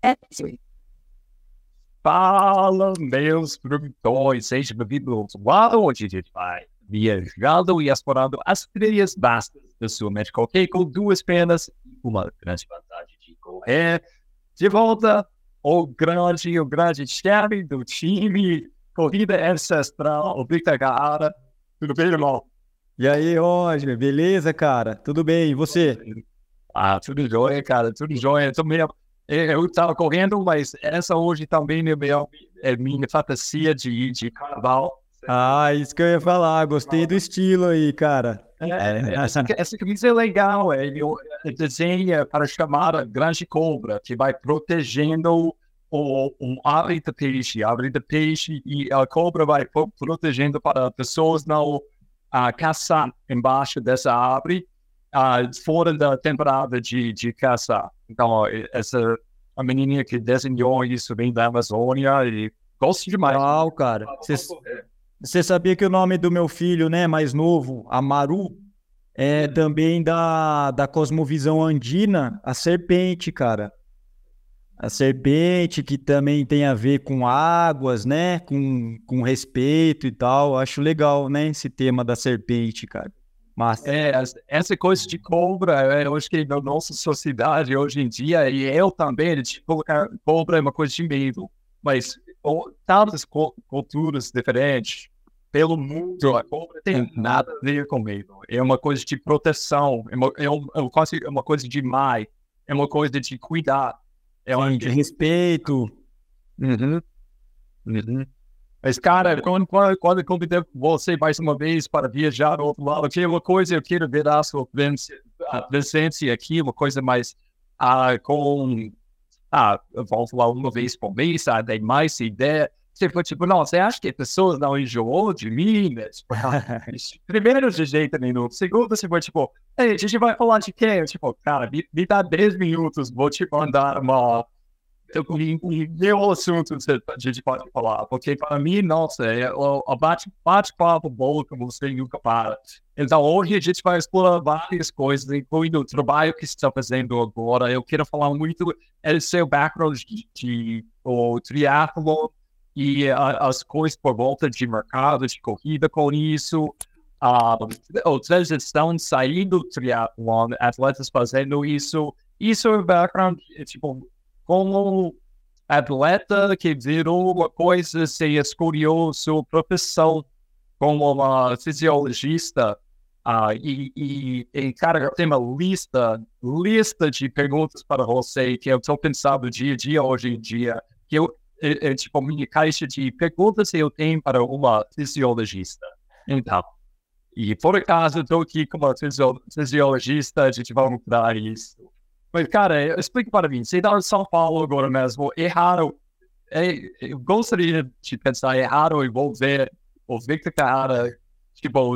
Fala, meus produtores, seja bem-vindo ao lado onde a gente vai viajando e explorando as trilhas vastas da sua mente qualquer com duas pernas e uma grande vantagem de correr. De volta, o grande chefe do time, corrida ancestral, o Victor Carrara. Tudo bem, irmão? E aí, Roger, beleza, cara? Tudo bem, e você? Tudo jóia, cara, tudo jóia. Eu estava correndo, mas essa hoje também é minha fantasia de carnaval. Isso que eu ia falar, gostei do estilo aí, cara. Essa camisa é legal, desenha para chamar a grande cobra, que vai protegendo o ave do peixe, e a cobra vai protegendo para pessoas não caçar embaixo dessa árvore, fora da temporada de caçar. Então, a menininha que desenhou isso vem da Amazônia e gosto demais. Legal, cara. Você sabia que o nome do meu filho, né, mais novo, Amaru, é também da cosmovisão andina, a serpente, cara. A serpente que também tem a ver com águas, né, com respeito e tal. Acho legal, né, esse tema da serpente, cara. Mas Essa coisa de cobra, eu acho que na nossa sociedade hoje em dia, e eu também, de colocar cobra é uma coisa de medo, mas tantas culturas diferentes pelo mundo, a cobra tem nada a ver com medo. É uma coisa de proteção, é uma coisa de mãe, é uma coisa de cuidar. de respeito. Uhum, uhum. Mas, cara, quando eu convidei você mais uma vez para viajar ao outro lado, que é uma coisa, eu quero ver a sua presença aqui, uma coisa mais vamos falar uma vez por mês, tem mais ideia. Você foi tipo, não, você acha que as pessoas não enjoou de mim? Né? Tipo, primeiro, de jeito nenhum. Segundo, você foi tipo, a gente vai falar de quê? Eu, tipo, cara, me dá 10 minutos, vou te mandar meu assunto a gente pode falar, porque para mim, nossa, o bate-papo bom como você nunca para. Então, hoje a gente vai explorar várias coisas, incluindo o trabalho que você está fazendo agora. Eu quero falar muito do seu background o triathlon e as coisas por volta de mercado, de corrida com isso. A transição saindo do triathlon, atletas fazendo isso. Isso é o background, tipo, como atleta que virou uma coisa, se escolheu sua profissão como uma fisiologista, cara, eu tenho uma lista de perguntas para você que eu estou pensando dia a dia, hoje em dia, que tipo, minha caixa de perguntas que eu tenho para uma fisiologista. Então, e por acaso eu estou aqui como fisiologista, a gente vai mudar isso. Mas, cara, explica para mim, você está em São Paulo agora mesmo, eu gostaria de pensar errado e vou ver o Victor Carrara, tipo,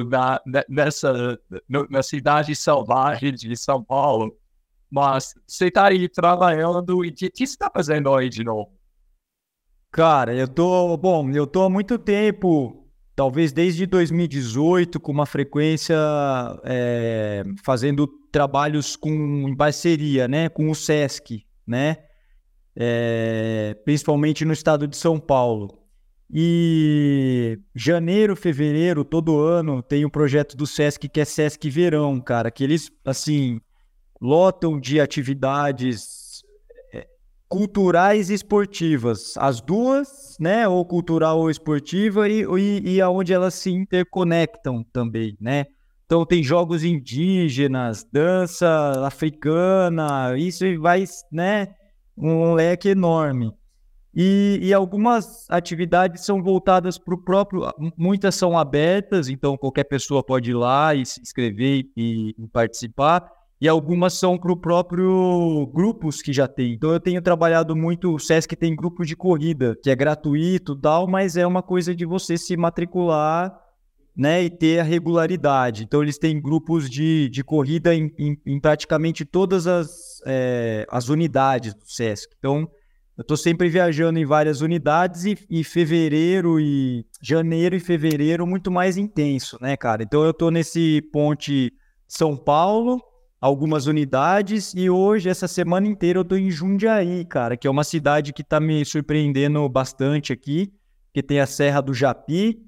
na cidade selvagem de São Paulo, mas você está aí trabalhando e o que você está fazendo aí de novo? Cara, eu tô há muito tempo, talvez desde 2018, com uma frequência fazendo trabalhos em parceria, né, com o Sesc, né, principalmente no estado de São Paulo. E janeiro, fevereiro, todo ano tem um projeto do Sesc que é Sesc Verão, cara, que eles, assim, lotam de atividades culturais e esportivas, as duas, né, ou cultural ou esportiva, e aonde elas se interconectam também, né? Então tem jogos indígenas, dança africana, isso vai, né, um leque enorme. E algumas atividades são voltadas para o próprio, muitas são abertas, então qualquer pessoa pode ir lá e se inscrever e participar, e algumas são para o próprio grupos que já tem. Então eu tenho trabalhado muito, o Sesc tem grupos de corrida, que é gratuito e tal, mas é uma coisa de você se matricular, né, e ter a regularidade. Então eles têm grupos de corrida em praticamente todas as unidades do Sesc. Então eu estou sempre viajando em várias unidades e janeiro e fevereiro muito mais intenso, né, cara? Então eu estou nesse ponte São Paulo, algumas unidades e hoje, essa semana inteira, eu tô em Jundiaí, cara, que é uma cidade que tá me surpreendendo bastante aqui, que tem a Serra do Japi,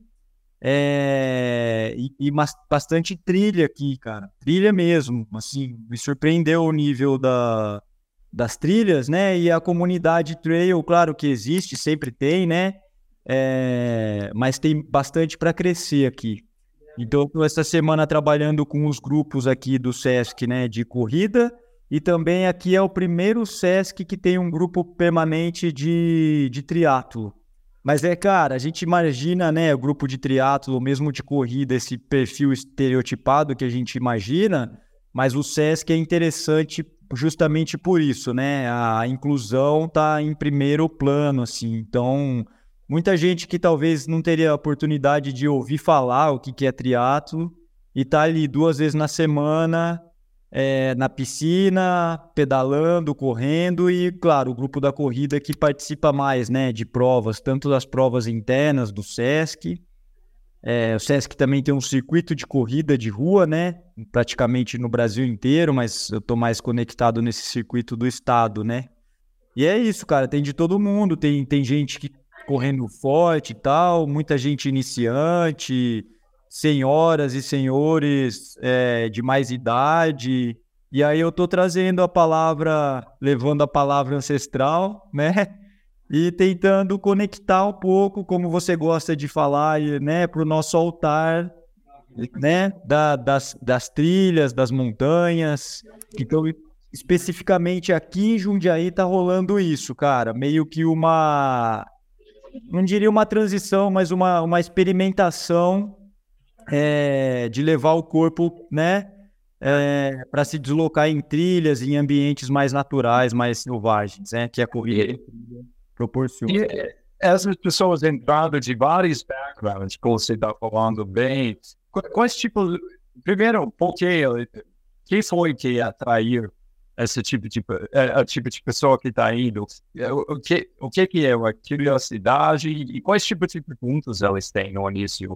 bastante trilha aqui, cara. Trilha mesmo, assim, me surpreendeu o nível das trilhas, né? E a comunidade trail, claro que existe, sempre tem, né? Mas tem bastante para crescer aqui. Então, eu tô essa semana trabalhando com os grupos aqui do Sesc, né, de corrida, e também aqui é o primeiro Sesc que tem um grupo permanente de triatlo. Mas cara, a gente imagina, né, o grupo de triatlo, mesmo de corrida, esse perfil estereotipado que a gente imagina, mas o Sesc é interessante justamente por isso, né? A inclusão está em primeiro plano, assim. Então, muita gente que talvez não teria a oportunidade de ouvir falar o que é triatlo e tá ali 2 vezes na semana, na piscina, pedalando, correndo e, claro, o grupo da corrida que participa mais, né, de provas, tanto das provas internas do Sesc. O Sesc também tem um circuito de corrida de rua, né, praticamente no Brasil inteiro, mas eu tô mais conectado nesse circuito do estado, né. E é isso, cara, tem de todo mundo, tem gente que correndo forte e tal, muita gente iniciante, senhoras e senhores de mais idade. E aí eu tô trazendo a palavra, levando a palavra ancestral, né? E tentando conectar um pouco, como você gosta de falar, né, para o nosso altar, né, das trilhas, das montanhas. Então, especificamente aqui em Jundiaí tá rolando isso, cara. Meio que não diria uma transição, mas uma experimentação de levar o corpo, né, para se deslocar em trilhas, em ambientes mais naturais, mais selvagens, né, que a corrida proporciona. E essas pessoas entrando de vários backgrounds, que você está falando bem, quais tipos... Primeiro, por que foi que atraiu esse tipo de pessoa que está indo? O que é a curiosidade e quais tipos de perguntas elas têm no início?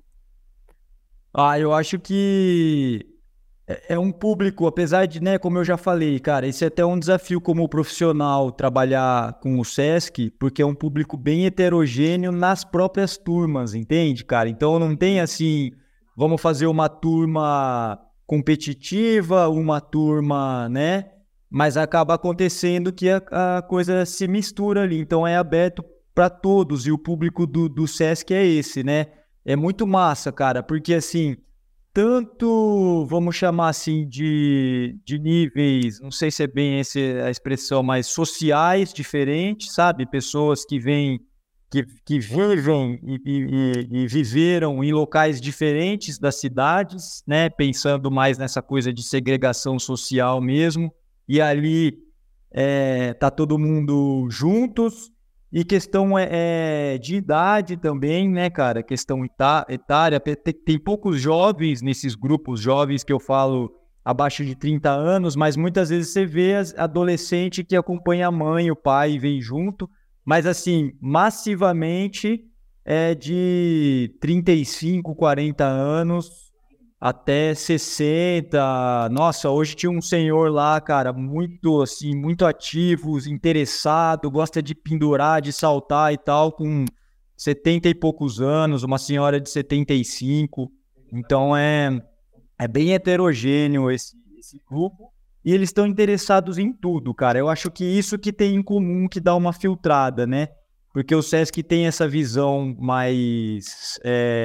Eu acho que é um público, apesar de, né, como eu já falei, cara, esse é até um desafio como profissional trabalhar com o Sesc, porque é um público bem heterogêneo nas próprias turmas, entende, cara? Então não tem assim, vamos fazer uma turma competitiva, uma turma, né? Mas acaba acontecendo que a coisa se mistura ali, então é aberto para todos e o público do Sesc é esse, né? É muito massa, cara, porque assim, tanto, vamos chamar assim, de níveis, não sei se é bem essa a expressão, mas sociais diferentes, sabe? Pessoas que vêm, que vivem e viveram em locais diferentes das cidades, né? Pensando mais nessa coisa de segregação social mesmo, e ali tá todo mundo juntos. E questão de idade também, né, cara? Questão etária. Tem poucos jovens nesses grupos jovens que eu falo abaixo de 30 anos, mas muitas vezes você vê adolescente que acompanha a mãe, o pai e vem junto. Mas, assim, massivamente é de 35, 40 anos até 60. Nossa, hoje tinha um senhor lá, cara, muito assim, muito ativo, interessado, gosta de pendurar, de saltar e tal, com 70 e poucos anos, uma senhora de 75. Então é bem heterogêneo esse grupo. E eles estão interessados em tudo, cara. Eu acho que isso que tem em comum que dá uma filtrada, né? Porque o Sesc tem essa visão mais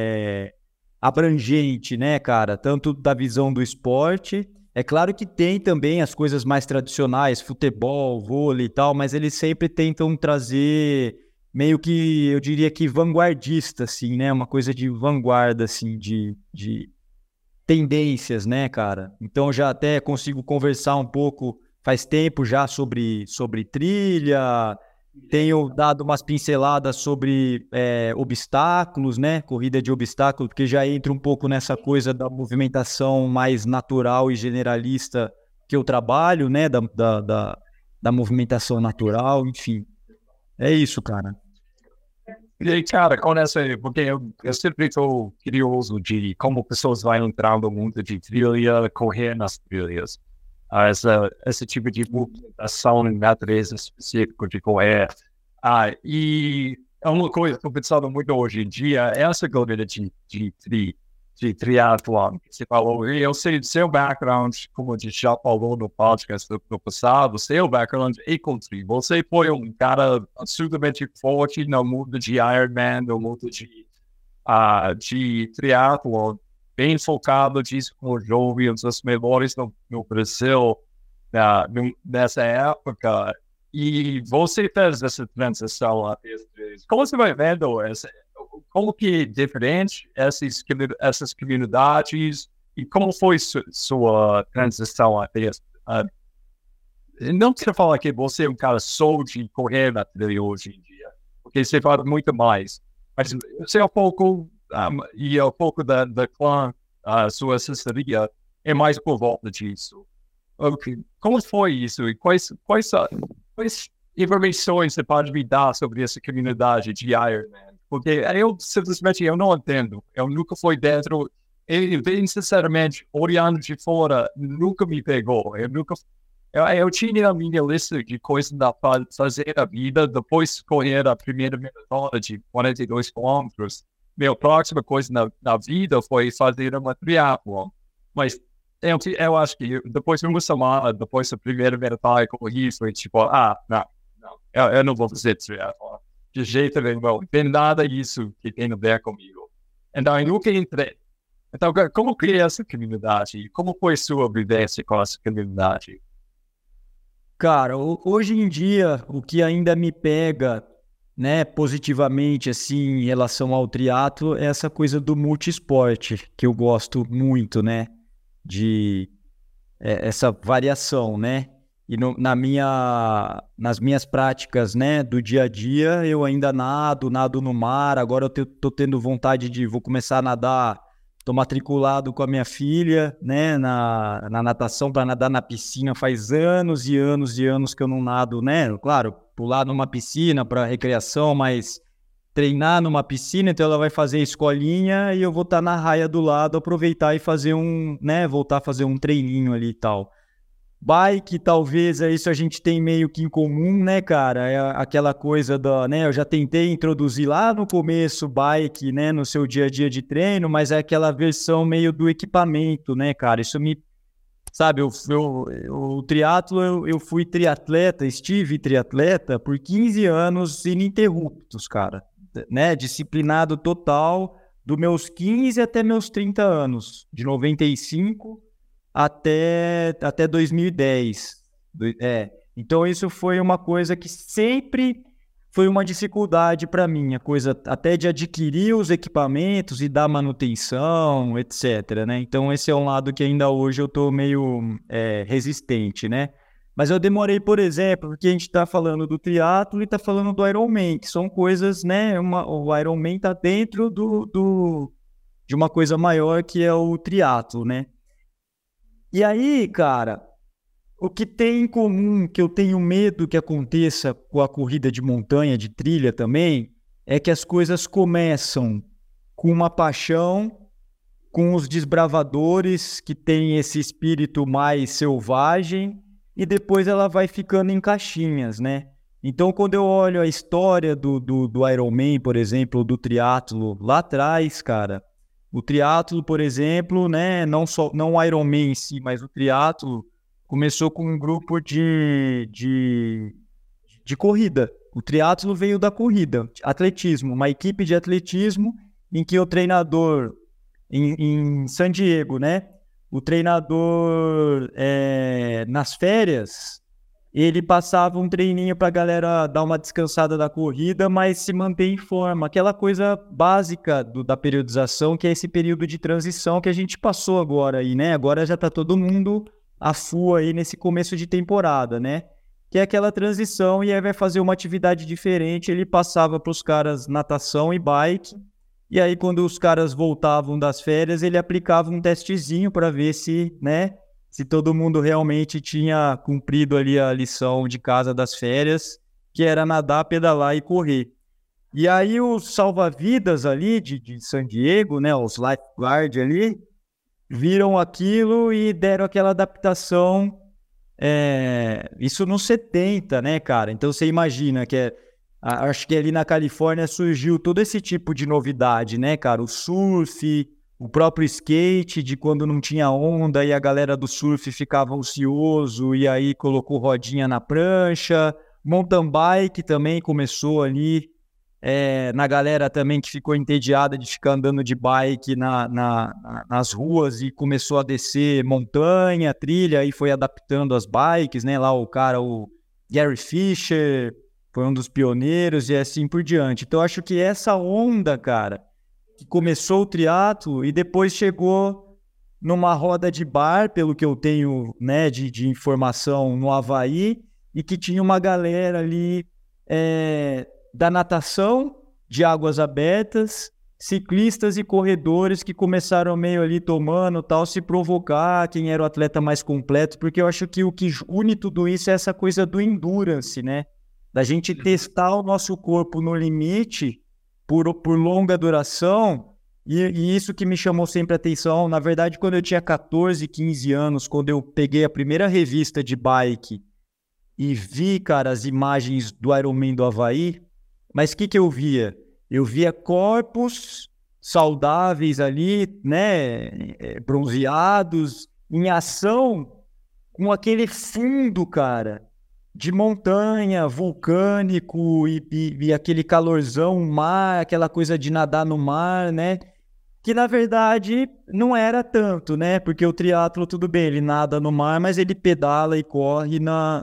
abrangente, né, cara? Tanto da visão do esporte. É claro que tem também as coisas mais tradicionais, futebol, vôlei e tal, mas eles sempre tentam trazer meio que, eu diria que vanguardista, assim, né? Uma coisa de vanguarda, assim, de tendências, né, cara? Então já até consigo conversar um pouco, faz tempo já sobre trilha. Tenho dado umas pinceladas sobre obstáculos, né? Corrida de obstáculos, porque já entra um pouco nessa coisa da movimentação mais natural e generalista que eu trabalho, né? Da movimentação natural, enfim. É isso, cara. E, cara, porque eu sempre estou curioso de como pessoas vão entrar no mundo de trilha, correr nas trilhas. esse tipo de movimentação na natureza específica de correr. E é uma coisa que eu estou pensando muito hoje em dia, essa corrida de triatlon que você falou. Eu sei do seu background, como a gente já falou no podcast do passado, seu background é country. Você foi um cara absolutamente forte no mundo de Ironman, no mundo de triatlon, bem focado disso com jovens, os melhores no Brasil nessa época. E você fez essa transição lá. Como você vai vendo como que é diferente essas comunidades e como foi sua transição até não quero falar que você é um cara só de correr na trilha hoje em dia, porque você faz muito mais, mas você é um pouco e um pouco da clã, sua assessoria é mais por volta disso. Como foi isso e quais informações você pode me dar sobre essa comunidade de Ironman? Porque eu simplesmente não entendo. Eu nunca fui dentro. E, bem sinceramente, olhando de fora, nunca me pegou. Eu tinha a minha lista de coisas para fazer na vida. Depois de correr a primeira maratona de 42 quilômetros, minha próxima coisa na vida foi fazer uma triatlon. Mas eu acho que depois de uma semana, depois da primeira maratona que eu corri, foi tipo, não, eu não vou fazer triatlon. De jeito nenhum, não tem nada disso que tem a ver comigo. Então, eu nunca entrei. Então, como que é essa comunidade? Como foi sua vivência com essa comunidade? Cara, hoje em dia, o que ainda me pega, né, positivamente, assim, em relação ao triatlo, é essa coisa do multiesporte, que eu gosto muito, né, de essa variação, né? E nas minhas práticas, né, do dia a dia, eu ainda nado no mar. Agora eu tô tendo vontade vou começar a nadar. Estou matriculado com a minha filha, né, na natação para nadar na piscina. Faz anos e anos e anos que eu não nado, né? Claro, pular numa piscina para recreação, mas treinar numa piscina, então ela vai fazer escolinha e eu vou estar na raia do lado, aproveitar e fazer voltar a fazer um treininho ali e tal. Bike, talvez, isso a gente tem meio que em comum, né, cara? É aquela coisa né? Eu já tentei introduzir lá no começo bike, né, no seu dia a dia de treino, mas é aquela versão meio do equipamento, né, cara? Isso sabe, o triatlo, eu fui triatleta, estive triatleta por 15 anos ininterruptos, cara, né? Disciplinado total, dos meus 15 até meus 30 anos, de 95 até 2010. Então isso foi uma coisa que sempre foi uma dificuldade para mim, a coisa até de adquirir os equipamentos e dar manutenção, etc, né? Então esse é um lado que ainda hoje eu estou meio resistente, né? Mas eu demorei, por exemplo, porque a gente está falando do triatlo e está falando do Ironman, que são coisas, né? O Ironman está dentro de uma coisa maior que é o triatlo, né? E aí, cara, o que tem em comum, que eu tenho medo que aconteça com a corrida de montanha, de trilha também, é que as coisas começam com uma paixão, com os desbravadores que têm esse espírito mais selvagem, e depois ela vai ficando em caixinhas, né? Então, quando eu olho a história do Ironman, por exemplo, do triatlo lá atrás, cara, o triatlo, por exemplo, né, não o Ironman em si, mas o triatlo começou com um grupo de corrida. O triatlo veio da corrida, atletismo, uma equipe de atletismo em que o treinador, em San Diego, né, o treinador nas férias, ele passava um treininho para a galera dar uma descansada da corrida, mas se manter em forma. Aquela coisa básica da periodização, que é esse período de transição que a gente passou agora aí, né? Agora já está todo mundo a full aí nesse começo de temporada, né? Que é aquela transição e aí vai fazer uma atividade diferente. Ele passava para os caras natação e bike. E aí quando os caras voltavam das férias, ele aplicava um testezinho para ver se, né? Se todo mundo realmente tinha cumprido ali a lição de casa das férias, que era nadar, pedalar e correr. E aí os salva-vidas ali de San Diego, né, os lifeguard ali, viram aquilo e deram aquela adaptação isso nos 70, né, cara? Então você imagina que acho que ali na Califórnia surgiu todo esse tipo de novidade, né, cara? O surf, o próprio skate, de quando não tinha onda e a galera do surf ficava ocioso e aí colocou rodinha na prancha. Mountain bike também começou ali, na galera também que ficou entediada de ficar andando de bike nas ruas e começou a descer montanha, trilha, e foi adaptando as bikes, né? Lá o Gary Fisher foi um dos pioneiros e assim por diante. Então, acho que essa onda, cara, que começou o triatlo e depois chegou numa roda de bar, pelo que eu tenho, né, de informação no Havaí, e que tinha uma galera ali da natação, de águas abertas, ciclistas e corredores que começaram meio ali tomando tal, se provocar quem era o atleta mais completo, porque eu acho que o que une tudo isso é essa coisa do endurance, né? Da gente testar o nosso corpo no limite por longa duração, e isso que me chamou sempre a atenção. Na verdade, quando eu tinha 14, 15 anos, quando eu peguei a primeira revista de bike e vi, cara, as imagens do Ironman do Havaí, mas o que eu via? Eu via corpos saudáveis ali, né, bronzeados, em ação, com aquele fundo, cara, de montanha, vulcânico e aquele calorzão, mar, aquela coisa de nadar no mar, né? Que na verdade não era tanto, né? Porque o triatlo, tudo bem, ele nada no mar, mas ele pedala e corre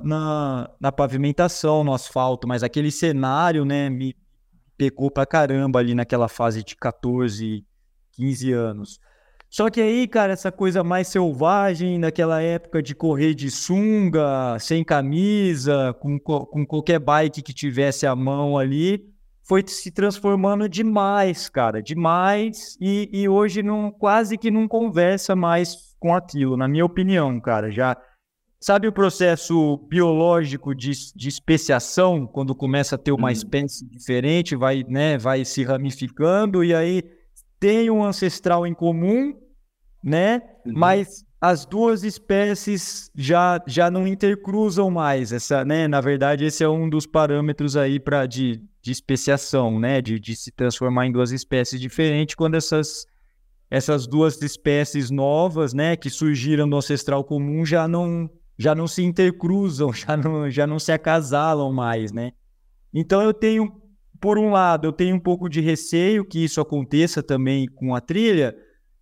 na pavimentação, no asfalto. Mas aquele cenário, né, me pegou pra caramba ali naquela fase de 14, 15 anos. Só que aí, cara, essa coisa mais selvagem, naquela época de correr de sunga, sem camisa, com qualquer bike que tivesse à mão ali, foi se transformando demais, cara, demais, e hoje quase que não conversa mais com aquilo, na minha opinião, cara. Já sabe o processo biológico de especiação, quando começa a ter uma espécie diferente, vai se ramificando, e aí tem um ancestral em comum, né? Mas as duas espécies já não intercruzam mais. Né? Na verdade, esse é um dos parâmetros aí de especiação, né? De se transformar em duas espécies diferentes, quando essas duas espécies novas, né, que surgiram do ancestral comum, já não se intercruzam, já não se acasalam mais, né? Então por um lado, eu tenho um pouco de receio que isso aconteça também com a trilha,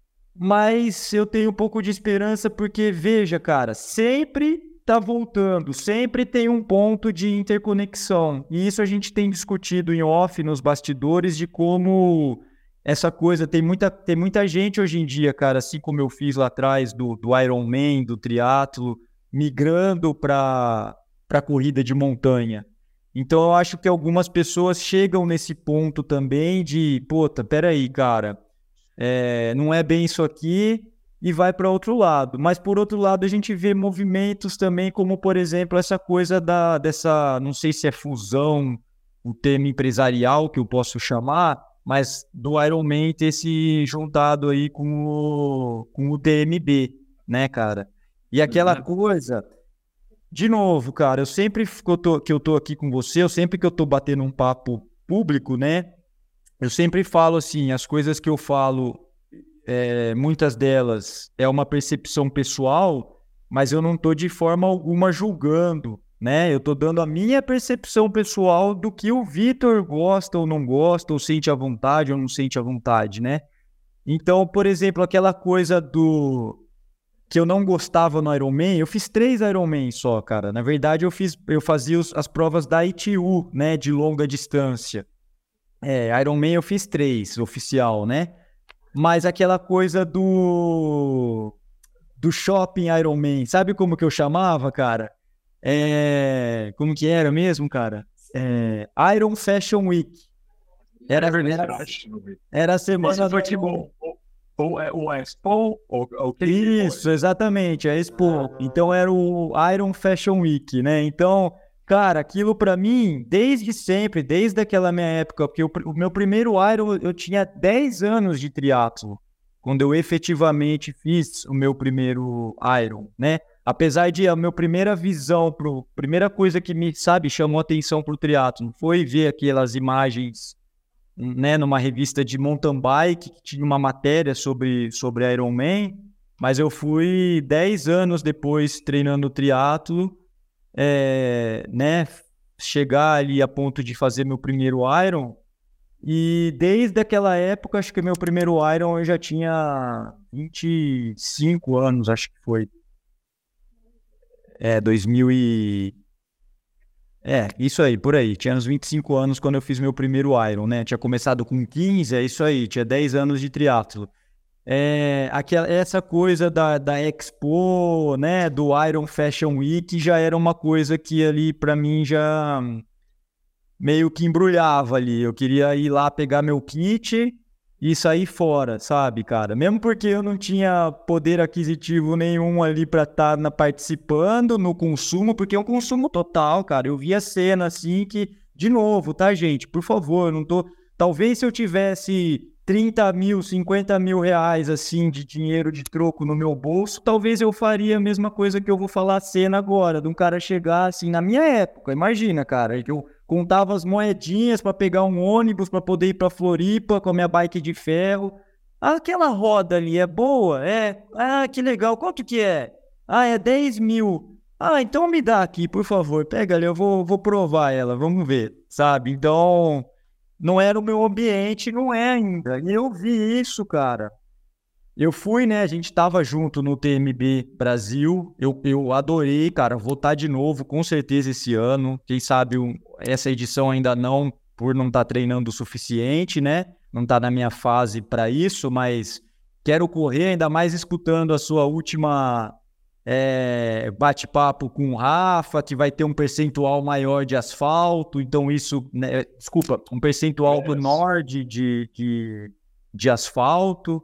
mas eu tenho um pouco de esperança porque, veja, cara, sempre tá voltando, sempre tem um ponto de interconexão. E isso a gente tem discutido em off, nos bastidores, de como essa coisa, tem muita gente hoje em dia, cara, assim como eu fiz lá atrás do Ironman, do triatlo, migrando para corrida de montanha. Então eu acho que algumas pessoas chegam nesse ponto também de, puta, peraí, cara, não é bem isso aqui, e vai para outro lado. Mas, por outro lado, a gente vê movimentos também, como, por exemplo, essa coisa dessa, não sei se é fusão, o termo empresarial que eu posso chamar, mas do Ironman ter se juntado aí com o DMB, né, cara? E aquela coisa, de novo, cara, eu sempre que eu tô aqui com você, sempre que eu tô batendo um papo público, né, eu sempre falo assim, as coisas que eu falo, muitas delas é uma percepção pessoal, mas eu não estou de forma alguma julgando, né? Eu estou dando a minha percepção pessoal do que o Vitor gosta ou não gosta, ou sente à vontade ou não sente à vontade, né? Então, por exemplo, aquela coisa que eu não gostava no Ironman, eu fiz 3 Ironman só, cara. Na verdade, eu fazia as provas da ITU, né, de longa distância. Ironman eu fiz 3, oficial, né? Mas aquela coisa do shopping Ironman, sabe como que eu chamava, cara? Como que era mesmo, cara? Iron Fashion Week. Era a semana do tipo o Expo, o que Isso, exatamente, a Expo. Então era o Iron Fashion Week, né? Então, cara, aquilo pra mim, desde sempre, desde aquela minha época, porque o meu primeiro Iron, eu tinha 10 anos de triatlo, quando eu efetivamente fiz o meu primeiro Iron, né? apesar de a minha primeira visão, primeira coisa que me, sabe, chamou atenção pro triatlo foi ver aquelas imagens, né, numa revista de mountain bike, que tinha uma matéria sobre Ironman, mas eu fui 10 anos depois treinando triatlo, né, chegar ali a ponto de fazer meu primeiro Iron, e desde aquela época, acho que meu primeiro Iron eu já tinha 25 anos, acho que foi. 2000 e... isso aí, por aí. Tinha uns 25 anos quando eu fiz meu primeiro Iron, né? Tinha começado com 15, é isso aí. Tinha 10 anos de triatlo. Essa coisa da Expo, né? Do Iron Fashion Week já era uma coisa que ali pra mim já meio que embrulhava ali. Eu queria ir lá pegar meu kit e sair fora, sabe, cara? Mesmo porque eu não tinha poder aquisitivo nenhum ali pra estar participando no consumo, porque é um consumo total, cara. Eu vi a cena assim que, de novo, tá, gente? Por favor, não tô... Talvez se eu tivesse 30 mil, 50 mil reais, assim, de dinheiro de troco no meu bolso, talvez eu faria a mesma coisa que eu vou falar a cena agora, de um cara chegar, assim, na minha época, imagina, cara, que eu contava as moedinhas para pegar um ônibus para poder ir para Floripa com a minha bike de ferro. Aquela roda ali é boa? Que legal, quanto que é? É 10 mil. Então me dá aqui, por favor, pega ali, eu vou provar ela, vamos ver, sabe? Então... não era o meu ambiente, não é ainda. E eu vi isso, cara. Eu fui, né? A gente tava junto no TMB Brasil. Eu adorei, cara. Vou estar de novo, com certeza, esse ano. Quem sabe essa edição ainda não, por não estar treinando o suficiente, né? Não tá na minha fase para isso, mas quero correr, ainda mais escutando a sua última bate-papo com o Rafa, que vai ter um percentual maior de asfalto, então isso, né, desculpa, um percentual menor de asfalto.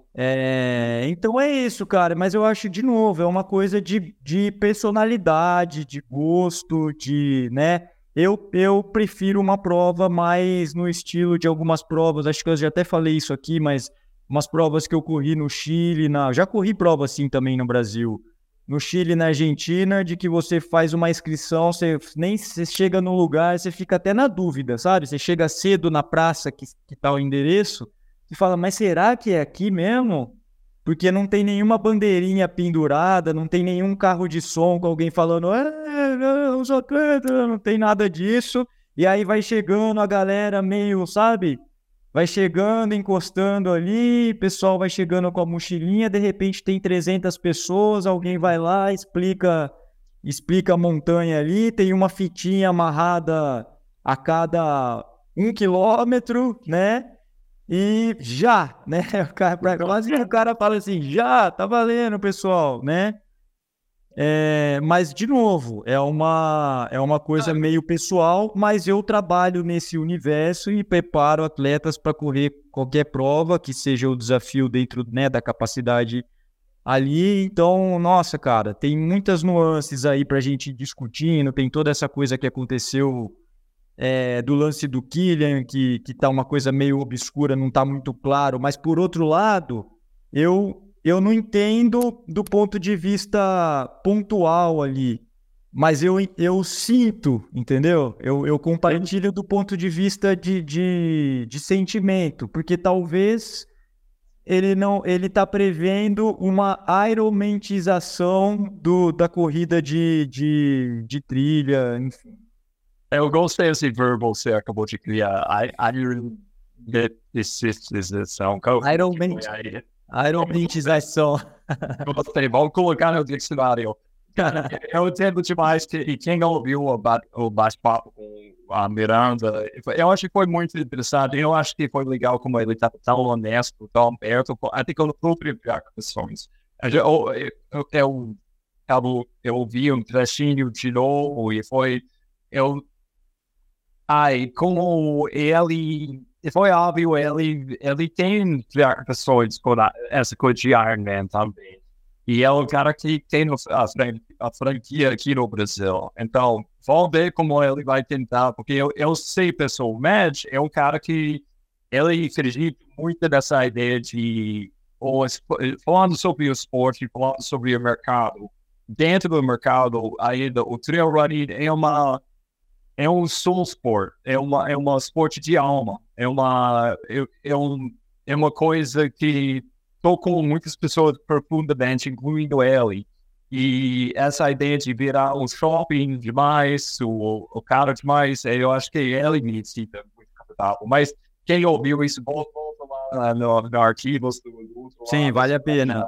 Então é isso, cara, mas eu acho, de novo, é uma coisa de personalidade, de gosto, né? Eu prefiro uma prova mais no estilo de algumas provas, acho que eu já até falei isso aqui, mas umas provas que eu corri no Chile, já corri prova assim também no Brasil, no Chile, na Argentina, de que você faz uma inscrição, você chega no lugar, você fica até na dúvida, sabe? Você chega cedo na praça que tá o endereço e fala, mas será que é aqui mesmo? Porque não tem nenhuma bandeirinha pendurada, não tem nenhum carro de som com alguém falando, os atletas, não tem nada disso. E aí vai chegando a galera meio, sabe? Vai chegando, encostando ali, o pessoal vai chegando com a mochilinha, de repente tem 300 pessoas, alguém vai lá, explica a montanha ali, tem uma fitinha amarrada a cada 1 quilômetro, né? E já, né? Quase que o cara fala assim, já, tá valendo, pessoal, né? Mas, de novo, é uma coisa meio pessoal, mas eu trabalho nesse universo e preparo atletas para correr qualquer prova que seja o desafio dentro, né, da capacidade ali. Então, nossa, cara, tem muitas nuances aí para a gente ir discutindo, tem toda essa coisa que aconteceu do lance do Kilian, que tá uma coisa meio obscura, não tá muito claro, mas, por outro lado, eu não entendo do ponto de vista pontual ali, mas eu sinto, entendeu? Eu compartilho do ponto de vista de sentimento, porque talvez ele tá prevendo uma ironmanização da corrida de trilha, enfim. Eu gostei desse verbo que você acabou de criar. Ironmanização. Ironmanização. Gostei, vamos colocar no dicionário. Cara, eu entendo demais e quem ouviu o bate-papo com a Miranda, eu acho que foi muito interessante. Eu acho que foi legal como ele está tão honesto, tão aberto, até com as próprias questões. Eu ouvi um trechinho de novo e foi... como ele... Foi óbvio, ele tem questões com essa coisa de Iron Man também. E é o cara que tem a franquia aqui no Brasil. Então, vamos ver como ele vai tentar, porque eu sei pessoalmente, é um cara que ele acredita muito nessa ideia de, falando sobre o esporte, falando sobre o mercado, dentro do mercado, ainda o trail running é um soul sport, é uma esporte de alma, é uma coisa que tocou muitas pessoas profundamente, incluindo ele. E essa ideia de virar um shopping demais, o cara demais, eu acho que ele me sinta muito confortável. Mas quem ouviu isso, volta lá no arquivos do Sim, vale a pena.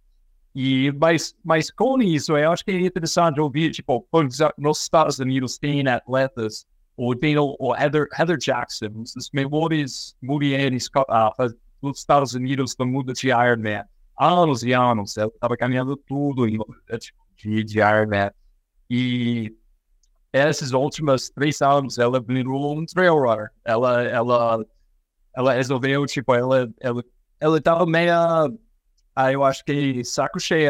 Mas com isso, eu acho que é interessante ouvir, tipo, por exemplo, nos Estados Unidos tem atletas, ou tem o Heather Jackson, um dos melhores mulheres dos Estados Unidos no mundo de Ironman. Anos e anos, ela estava caminhando tudo de Ironman. E esses últimos 3 anos, ela virou um trail runner. Ela resolveu, tipo, ela estava meio... eu acho que saco cheio.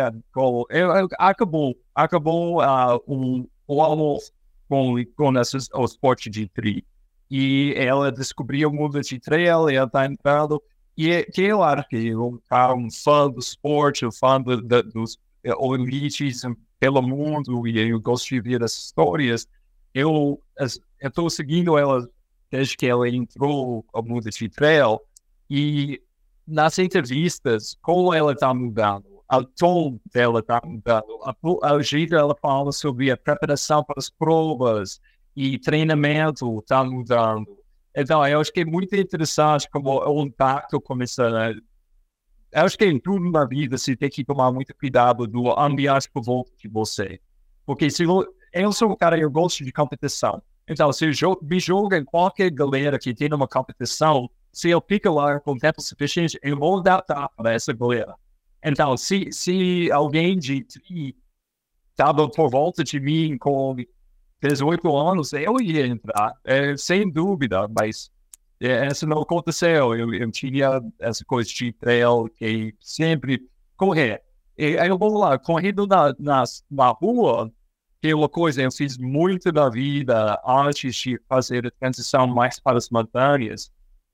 Acabou o almoço com o esporte de tri. E ela descobriu o mundo de trail e ela está entrando. E que eu acho que eu era um fã do esporte, um fã dos elites pelo mundo, e eu gosto de ver as histórias. Eu estou seguindo ela desde que ela entrou no mundo de trail. E nas entrevistas, como ela está mudando, o tom dela está mudando, a jeito ela fala sobre a preparação para as provas e treinamento está mudando. Então, eu acho que é muito interessante como o impacto começa. Eu acho que em tudo na vida você tem que tomar muito cuidado do ambiente por volta de você. Porque eu sou um cara, eu gosto de competição. Então, se eu me jogo em qualquer galera que tem uma competição, se eu fico lá com tempo suficiente, eu vou adaptar para essa galera. Então, se alguém de estava por volta de mim com 18 anos, eu ia entrar, sem dúvida, mas isso não aconteceu. Eu tinha essa coisa de trail que sempre correr. E aí eu vou lá, correndo na rua, que é uma coisa eu fiz muito na vida antes de fazer a transição mais para as montanhas.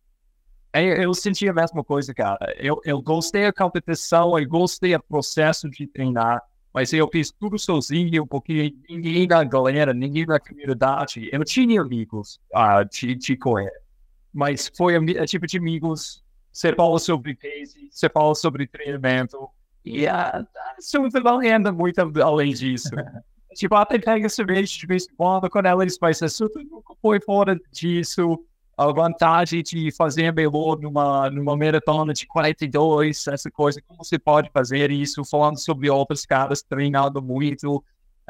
Eu senti a mesma coisa, cara. Eu gostei da competição, eu gostei do processo de treinar, mas eu fiz tudo sozinho, porque ninguém da galera, ninguém da comunidade, eu tinha amigos de correr, mas foi o tipo de amigos, você fala sobre pace, você fala sobre treinamento, e você não anda muito além disso. Tipo, até pega cerveja de vez em quando com eles, mas isso nunca foi fora disso. A vantagem de fazer melhor numa maratona de 42, essa coisa, como você pode fazer isso, falando sobre outros caras treinando muito,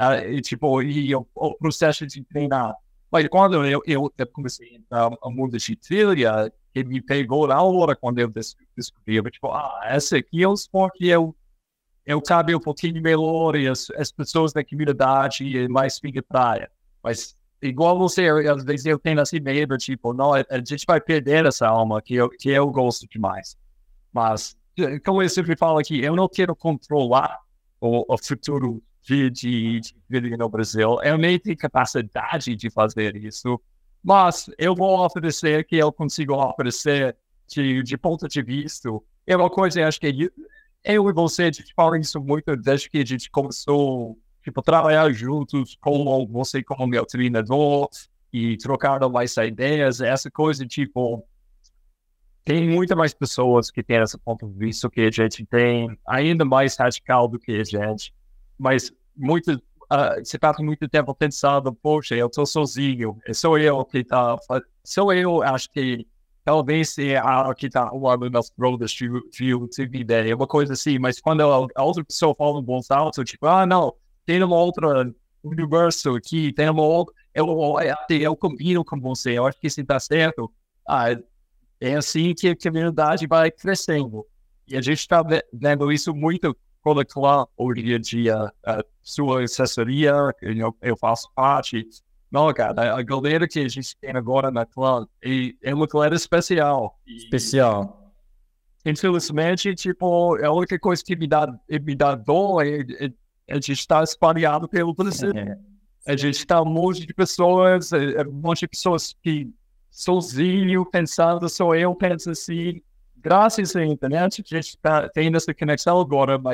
e o processo de treinar. Mas quando eu comecei a entrar no mundo de trilha, que me pegou na hora quando eu descobri, esse aqui é um esporte que eu sabia um pouquinho melhor, e as pessoas da comunidade mais fica praia. Mas igual você, às vezes eu tenho assim medo, tipo, não, a gente vai perder essa alma que eu gosto demais. Mas, como eu sempre falo aqui, eu não quero controlar o futuro de vida no Brasil. Eu nem tenho capacidade de fazer isso. Mas eu vou oferecer que eu consigo oferecer de ponto de vista. É uma coisa, eu acho que eu e você, a gente fala isso muito desde que a gente começou tipo, trabalhar juntos com você como meu treinador e trocar mais ideias, essa coisa, tipo, tem muitas mais pessoas que têm esse ponto de vista que a gente tem, ainda mais radical do que a gente, mas você passa muito tempo pensando, poxa, eu estou sozinho, sou eu que acho que talvez é a que está rolando nas provas de ideia, é uma coisa assim, mas quando a outra pessoa fala em voz alta, tipo, não, tem uma outra universo aqui, tem uma outra. Eu combino com você, eu acho que isso está certo. É assim que a comunidade vai crescendo. E a gente está vendo isso muito com a Clã hoje em dia. A sua assessoria, eu faço parte. Não, cara, a galera que a gente tem agora na Clã é uma galera especial. Especial. Infelizmente, tipo, a única coisa que me dá dor a gente está espalhado pelo Brasil. A gente está um monte de pessoas, um monte de pessoas que sozinho pensando, só eu penso assim. Graças à internet, a gente tem essa conexão agora, mas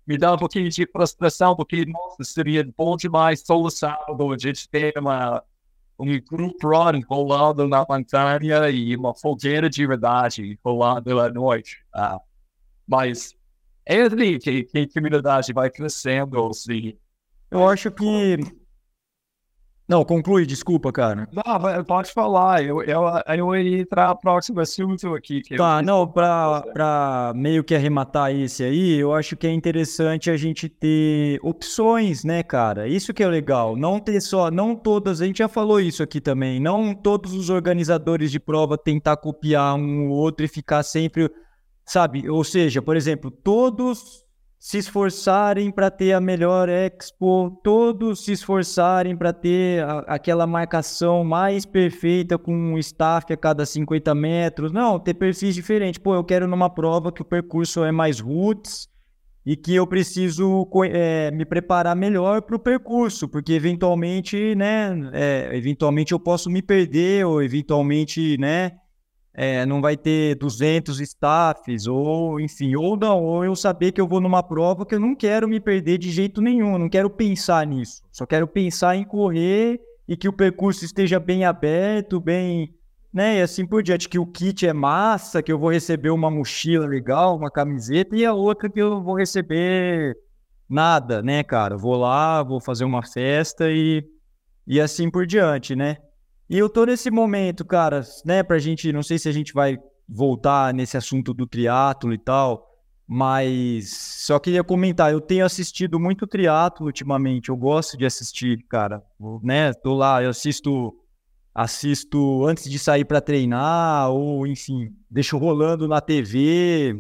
me dá um pouquinho de frustração, porque, nossa, seria bom demais todo sábado a gente ter um group run rolando na montanha e uma fogueira de verdade rolando à noite. Mas é assim que a comunidade vai crescendo, assim. Eu acho que... Não, conclui, desculpa, cara. Não, pode falar, eu ia entrar no próximo assunto aqui. Tá, não, pra meio que arrematar esse aí, eu acho que é interessante a gente ter opções, né, cara? Isso que é legal. Não ter só, não todas, a gente já falou isso aqui também, não todos os organizadores de prova tentar copiar um ou outro e ficar sempre, sabe? Ou seja, por exemplo, todos se esforçarem para ter a melhor expo, todos se esforçarem para ter aquela marcação mais perfeita com um staff a cada 50 metros. Não, ter perfis diferentes. Pô, eu quero numa prova que o percurso é mais roots e que eu preciso me preparar melhor para o percurso, porque eventualmente, né, eventualmente eu posso me perder ou eventualmente, né, não vai ter 200 staffs, ou enfim, ou não, ou eu saber que eu vou numa prova que eu não quero me perder de jeito nenhum, não quero pensar nisso, só quero pensar em correr e que o percurso esteja bem aberto, bem, né, e assim por diante, que o kit é massa, que eu vou receber uma mochila legal, uma camiseta, e a outra que eu vou receber nada, né, cara, vou lá, vou fazer uma festa e assim por diante, né. E eu tô nesse momento, cara, né, pra gente, não sei se a gente vai voltar nesse assunto do triatlo e tal, mas só queria comentar, eu tenho assistido muito triatlo ultimamente, eu gosto de assistir, cara, né, tô lá, eu assisto antes de sair pra treinar, ou enfim, deixo rolando na TV,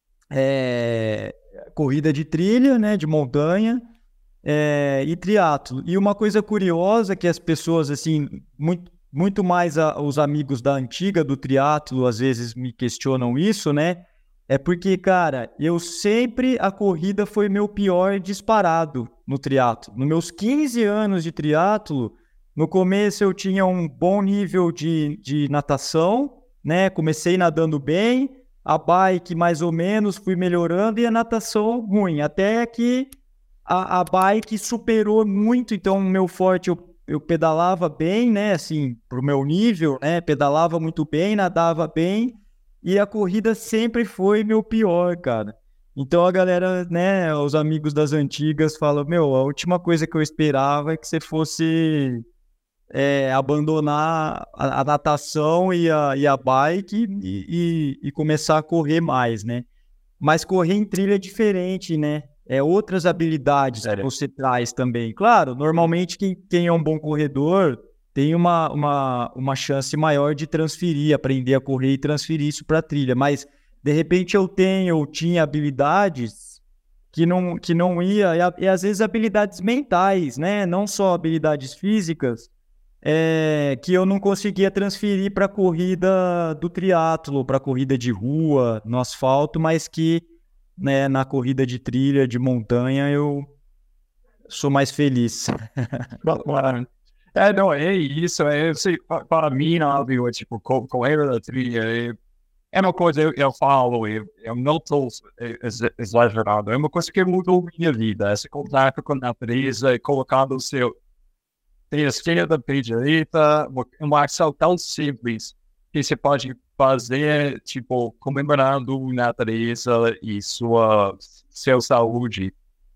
corrida de trilha, né, de montanha, e triatlo. E uma coisa curiosa que as pessoas, assim, muito mais os amigos da antiga do triatlo, às vezes me questionam isso, né? É porque, cara, a corrida foi meu pior disparado no triatlo. Nos meus 15 anos de triatlo, no começo eu tinha um bom nível de natação, né? Comecei nadando bem, a bike mais ou menos, fui melhorando e a natação ruim, até que a bike superou muito, então o meu forte eu pedalava bem, né, assim, pro meu nível, né, pedalava muito bem, nadava bem, e a corrida sempre foi meu pior, cara. Então a galera, né, os amigos das antigas falam, meu, a última coisa que eu esperava é que você fosse abandonar a natação e a bike e começar a correr mais, né. Mas correr em trilha é diferente, né? Outras habilidades que você traz também. Claro, normalmente quem é um bom corredor tem uma chance maior de transferir, aprender a correr e transferir isso para a trilha. Mas, de repente, eu tinha habilidades que não ia, e às vezes habilidades mentais, né? Não só habilidades físicas, que eu não conseguia transferir para a corrida do triatlo, para a corrida de rua, no asfalto, mas que, né, na corrida de trilha, de montanha, eu sou mais feliz. Claro. Não, é isso. Para mim, óbvio, tipo, correr na trilha é uma coisa, eu falo, eu não estou exagerado, é uma coisa que mudou minha vida, esse contato com a natureza, colocando o seu pé esquerda, pé direita, uma ação tão simples que você pode fazer, tipo, comemorando a natureza e sua saúde.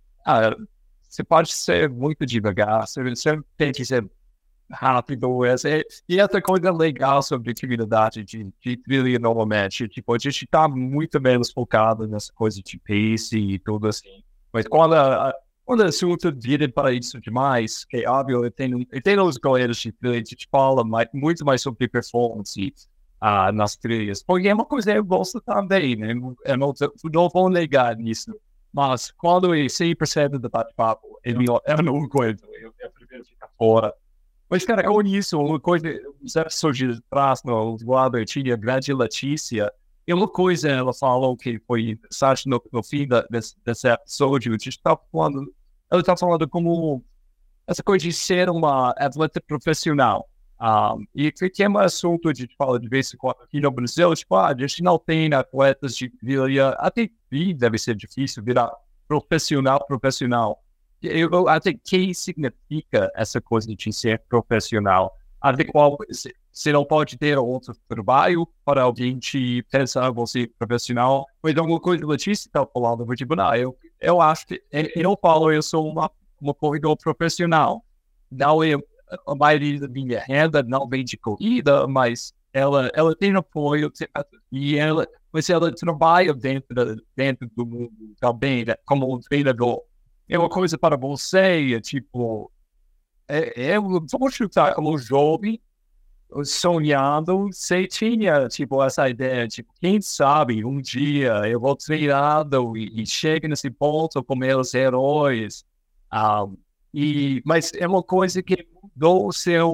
Você pode ser muito devagar, você tem que ser rápido. E outra coisa legal sobre atividade de trilha normalmente, tipo, a gente está muito menos focado nessa coisa de pace e tudo assim. Mas quando o assunto vira para isso demais, que é óbvio, eu tenho os colegas de trilha que te falam muito mais sobre performance nas trilhas, porque é uma coisa que eu gosto também, né? Eu não vou negar nisso. Mas quando eu 100% do bate-papo, eu não aguento, eu prefiro ficar fora. Mas, cara, com isso, uma coisa, os episódios de trás, no lado, eu tinha a grande Letícia, e uma coisa ela falou que foi interessante no fim desse episódio, ela estava falando como essa coisa de ser uma atleta profissional. E que é um assunto de fala de vez em quando aqui no Brasil, tipo, a gente não tem atletas de trilha, até deve ser difícil virar profissional. Eu até que significa essa coisa de ser profissional? Até qual você não pode ter outro trabalho para alguém te pensar você profissional. Mas alguma coisa que Letícia está falando, tipo, não, eu acho que eu falo, eu sou uma corredor profissional. Não é a maioria da minha renda não vem de corrida, mas ela tem apoio mas ela trabalha dentro do mundo também, né, como um treinador. É uma coisa para você, tipo, eu vou chutar como jovem, sonhando, você tinha, tipo, essa ideia, tipo, quem sabe um dia eu vou treinando e chego nesse ponto com meus heróis. Mas é uma coisa que mudou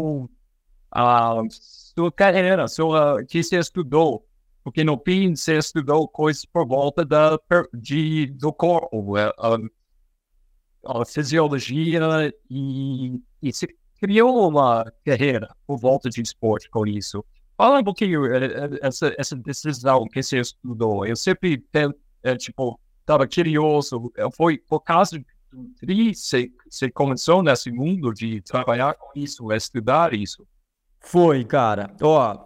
sua carreira, que você estudou. Porque no fim você estudou coisas por volta do corpo, a fisiologia e se criou uma carreira por volta de esporte com isso. Fala um pouquinho essa decisão que você estudou. Eu sempre, tipo, estava curioso. Foi por causa do tri, você começou nesse mundo de trabalhar com isso, estudar isso? Foi, cara. Ó,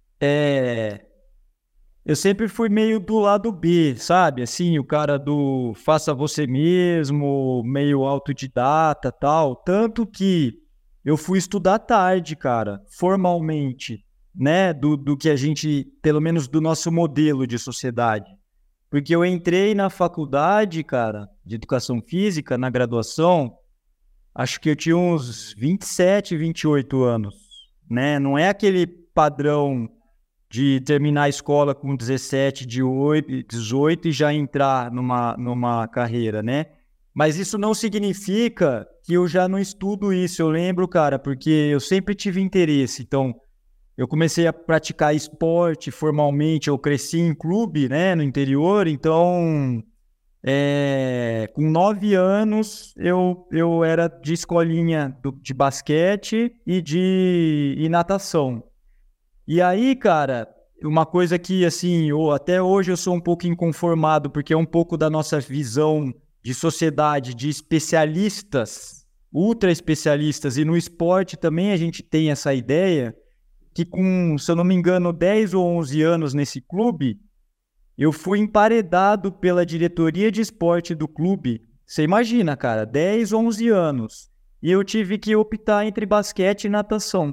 eu sempre fui meio do lado B, sabe? Assim, o cara do faça você mesmo, meio autodidata, tal. Tanto que eu fui estudar tarde, cara, formalmente, né? Do que a gente, pelo menos do nosso modelo de sociedade. Porque eu entrei na faculdade, cara, de educação física, na graduação, acho que eu tinha uns 27, 28 anos, né? Não é aquele padrão de terminar a escola com 17, 18 e já entrar numa carreira, né? Mas isso não significa que eu já não estudo isso. Eu lembro, cara, porque eu sempre tive interesse. Então, eu comecei a praticar esporte formalmente. Eu cresci em clube, né, no interior. Então, com 9 anos, eu era de escolinha de basquete e natação. E aí, cara, uma coisa que, assim, até hoje eu sou um pouco inconformado, porque é um pouco da nossa visão de sociedade, de especialistas, ultra especialistas, e no esporte também a gente tem essa ideia que com, se eu não me engano, 10 ou 11 anos nesse clube, eu fui emparedado pela diretoria de esporte do clube. Você imagina, cara, 10, 11 anos. E eu tive que optar entre basquete e natação.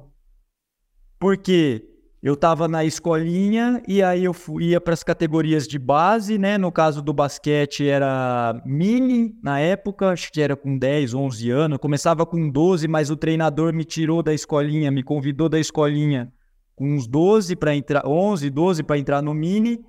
Porque eu estava na escolinha e aí eu ia para as categorias de base, né? No caso do basquete era mini na época, acho que era com 10, 11 anos. Eu começava com 12, mas o treinador me tirou da escolinha, me convidou da escolinha com uns 12 para entrar, 11, 12 para entrar no mini.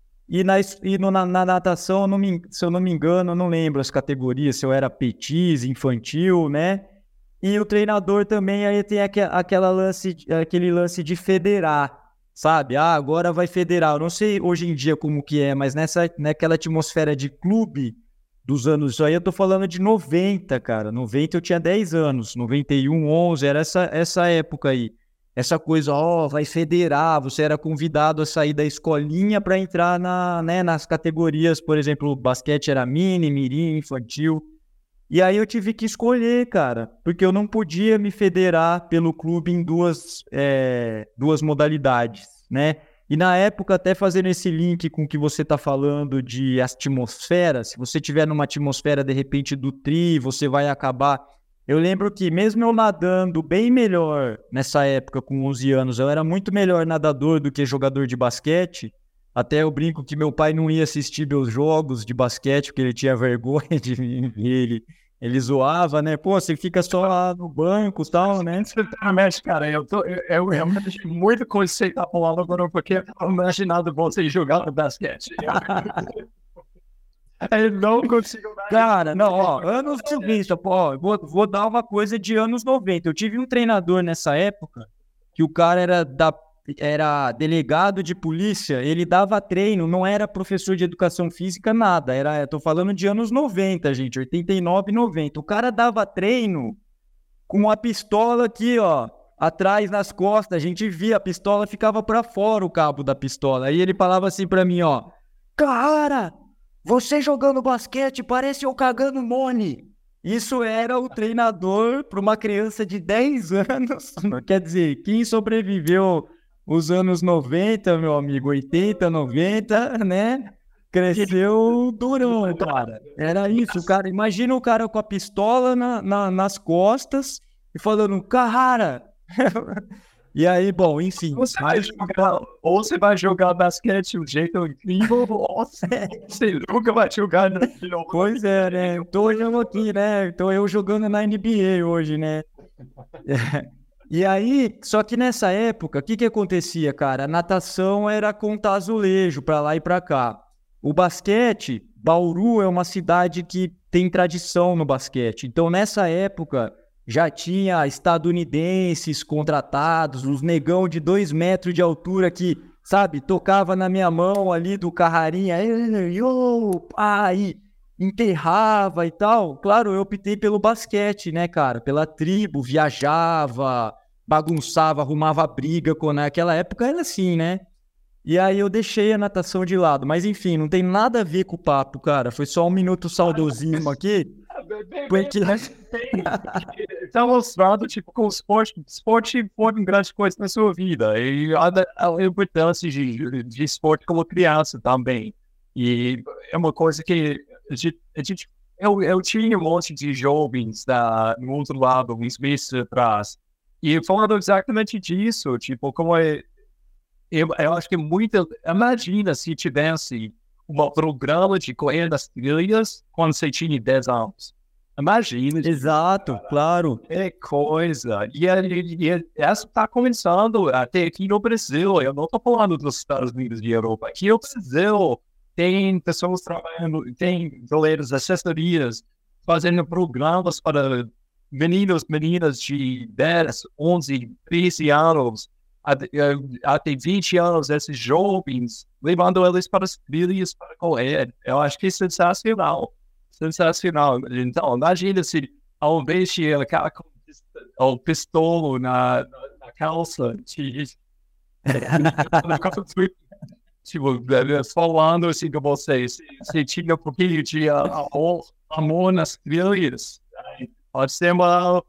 Na natação, se eu não me engano, eu não lembro as categorias, se eu era petis, infantil, né? E o treinador também aí tem aquele lance de federar, sabe? Agora vai federar. Eu não sei hoje em dia como que é, mas naquela atmosfera de clube dos anos... Isso aí eu tô falando de 90, cara. 90 eu tinha 10 anos. 91, 11, era essa época aí. Essa coisa, vai federar. Você era convidado a sair da escolinha para entrar nas categorias, por exemplo, basquete era mini, mirim, infantil... E aí eu tive que escolher, cara, porque eu não podia me federar pelo clube em duas modalidades, né? E na época, até fazendo esse link com o que você está falando de atmosfera, se você tiver numa atmosfera, de repente, do tri, você vai acabar... Eu lembro que mesmo eu nadando bem melhor nessa época, com 11 anos, eu era muito melhor nadador do que jogador de basquete. Até eu brinco que meu pai não ia assistir meus jogos de basquete, porque ele tinha vergonha de mim. Ele zoava, né? Pô, você fica só lá no banco e tal, né? Sinceramente, cara, eu realmente muito coisa que você tá falando agora, porque eu tava imaginando você jogar no basquete. Eu não consigo mais. Cara, não, anos 90, pô, vou dar uma coisa de anos 90. Eu tive um treinador nessa época, que o cara era delegado de polícia, ele dava treino, não era professor de educação física, nada. Eu tô falando de anos 90, gente, 89, 90. O cara dava treino com uma pistola aqui, ó, atrás nas costas. A gente via, a pistola ficava pra fora, o cabo da pistola. Aí ele falava assim pra mim, ó, cara, você jogando basquete parece eu cagando mole. Isso era o treinador para uma criança de 10 anos. Quer dizer, quem sobreviveu os anos 90, meu amigo, 80, 90, né? Cresceu durão, cara. Era isso, cara. Imagina o cara com a pistola nas costas e falando, Carrara! E aí, bom, enfim. Ou você vai jogar basquete de um jeito incrível, ou você nunca vai jogar de novo. Pois é, né? Tô olhando aqui, né? Tô eu jogando na NBA hoje, né? E aí, só que nessa época, o que acontecia, cara? A natação era contar azulejo pra lá e pra cá. O basquete, Bauru é uma cidade que tem tradição no basquete. Então, nessa época, já tinha estadunidenses contratados, os negão de 2 metros de altura que, sabe, tocava na minha mão ali do carrarinha, aí enterrava e tal. Claro, eu optei pelo basquete, né, cara? Pela tribo, viajava, bagunçava, arrumava briga. Naquela época era assim, né? E aí eu deixei a natação de lado. Mas enfim, não tem nada a ver com o papo, cara. Foi só um minuto saudosismo aqui. Porque... Está mostrado, tipo, com o esporte foi uma grande coisa na sua vida. E a importância de esporte como criança também. E é uma coisa que eu tinha um monte de jovens no outro lado, uns meses atrás. E falando exatamente disso, tipo, como eu acho que imagina se tivesse um programa de correr nas trilhas quando você tinha 10 anos. Imagina. Exato, claro. É coisa. E essa está começando até aqui no Brasil. Eu não estou falando dos Estados Unidos e Europa. Aqui no Brasil tem pessoas trabalhando, tem goleiros, assessorias, fazendo programas para meninas de 10, 11, 13 anos, até 20 anos, esses jovens, levando eles para as trilhas para correr. Eu acho que é sensacional. Sensacional. Então, imagina se ao invés de aquela o pistolo na calça, tipo, falando assim com você, se tinha um pouquinho de amor nas trilhas, pode ser uma.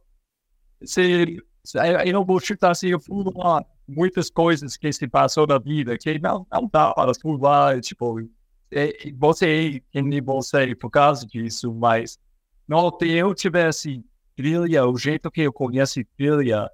Eu não vou chutar assim, eu fui lá, muitas coisas que se passou na vida que não dá para falar, tipo, você e você por causa disso, mas não, se eu tivesse trilha, o jeito que eu conheço trilha,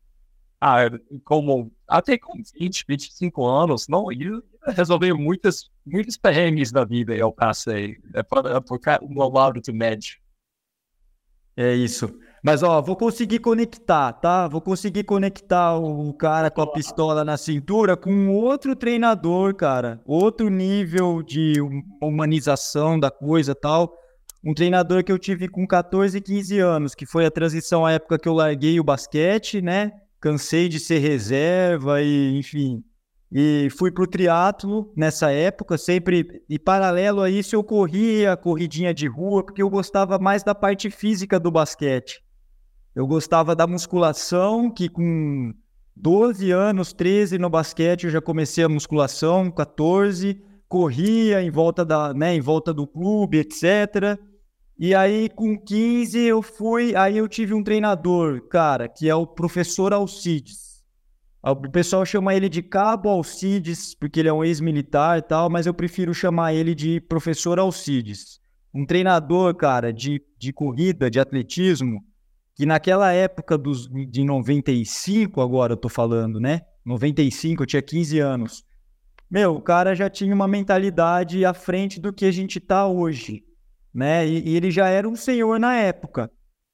como até com 20, 25 anos, não, eu resolvi muitas perrengues na vida, eu passei, por um lado do médio. É isso. Mas, ó, vou conseguir conectar, tá? Vou conseguir conectar o cara com a pistola na cintura com outro treinador, cara. Outro nível de humanização da coisa e tal. Um treinador que eu tive com 14, 15 anos, que foi a transição à época que eu larguei o basquete, né? Cansei de ser reserva e, enfim... E fui pro triatlo nessa época, sempre, e paralelo a isso eu corria, corridinha de rua, porque eu gostava mais da parte física do basquete. Eu gostava da musculação, que com 12 anos, 13 no basquete, eu já comecei a musculação, 14, corria em volta em volta do clube, etc. E aí com 15 aí eu tive um treinador, cara, que é o professor Alcides. O pessoal chama ele de Cabo Alcides, porque ele é um ex-militar e tal, mas eu prefiro chamar ele de Professor Alcides. Um treinador, cara, de corrida, de atletismo, que naquela época de 95, agora eu tô falando, né? 95, eu tinha 15 anos. Meu, o cara já tinha uma mentalidade à frente do que a gente tá hoje, né? E ele já era um senhor na época.